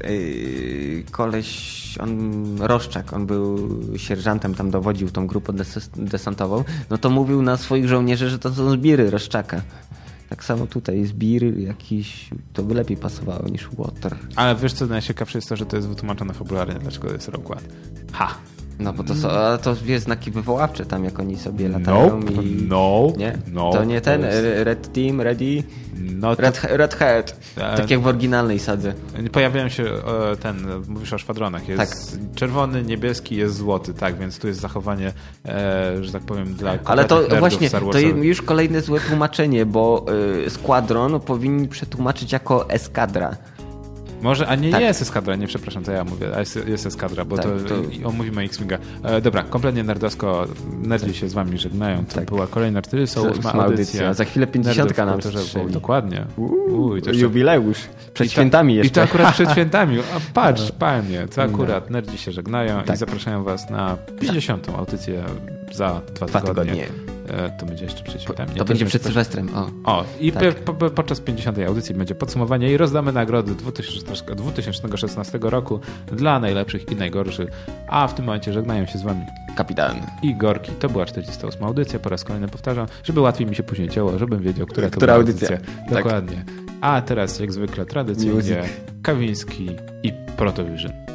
yy, koleś, on Roszczak, on był sierżantem, tam dowodził tą grupą des- desantową, no to mówił na swoich żołnierzy, że to są zbiry Roszczaka. Tak samo tutaj zbir jakiś, to by lepiej pasowało niż Łotr. Ale wiesz co najciekawsze jest to, że to jest wytłumaczone fabularnie, dlaczego to jest Rogue One. Ha! No bo to są, a to jest znaki wywoławcze tam, jak oni sobie latają nope, i... No, nie? no. To nie ten, to jest... Red Team, Ready? No to... Red, Red Hat, e... tak jak w oryginalnej sadze. Pojawiają się ten, mówisz o szwadronach, jest tak. czerwony, niebieski, jest złoty, tak, więc tu jest zachowanie, e, że tak powiem, dla ale to właśnie, Star to już kolejne złe tłumaczenie, bo y, Squadron powinni przetłumaczyć jako eskadra. Może, a nie tak. jest eskadra, nie, przepraszam, to ja mówię, a jest, jest eskadra, bo tak, to, to omówimy X-Winga. E, dobra, kompletnie nerdowsko, nerdzi tak. się z wami żegnają, to tak. była kolejna czterdzieści ósma audycja. audycja. Za chwilę pięćdziesiątka nam strzeli. Dokładnie. Uuu, Uj, to jubileusz. Przed I świętami to, jeszcze. I to akurat przed świętami. A patrz, panie, to akurat nerdzi się żegnają tak. i zapraszają was na pięćdziesiątą audycję za dwa, dwa tygodnie. tygodnie. To będzie jeszcze przed świętami. To będzie przed Sylwestrem. O, o i tak. po, po, podczas pięćdziesiątej audycji będzie podsumowanie i rozdamy nagrody dwa tysiące szesnastego roku dla najlepszych i najgorszych. A w tym momencie żegnają się z wami Kapitan i Gorki. To była czterdziesta ósma audycja. Po raz kolejny powtarzam, żeby łatwiej mi się później cięło, żebym wiedział, która, która to audycja. audycja. Dokładnie. Tak. A teraz jak zwykle tradycyjnie Music. Kawiński i Protovision.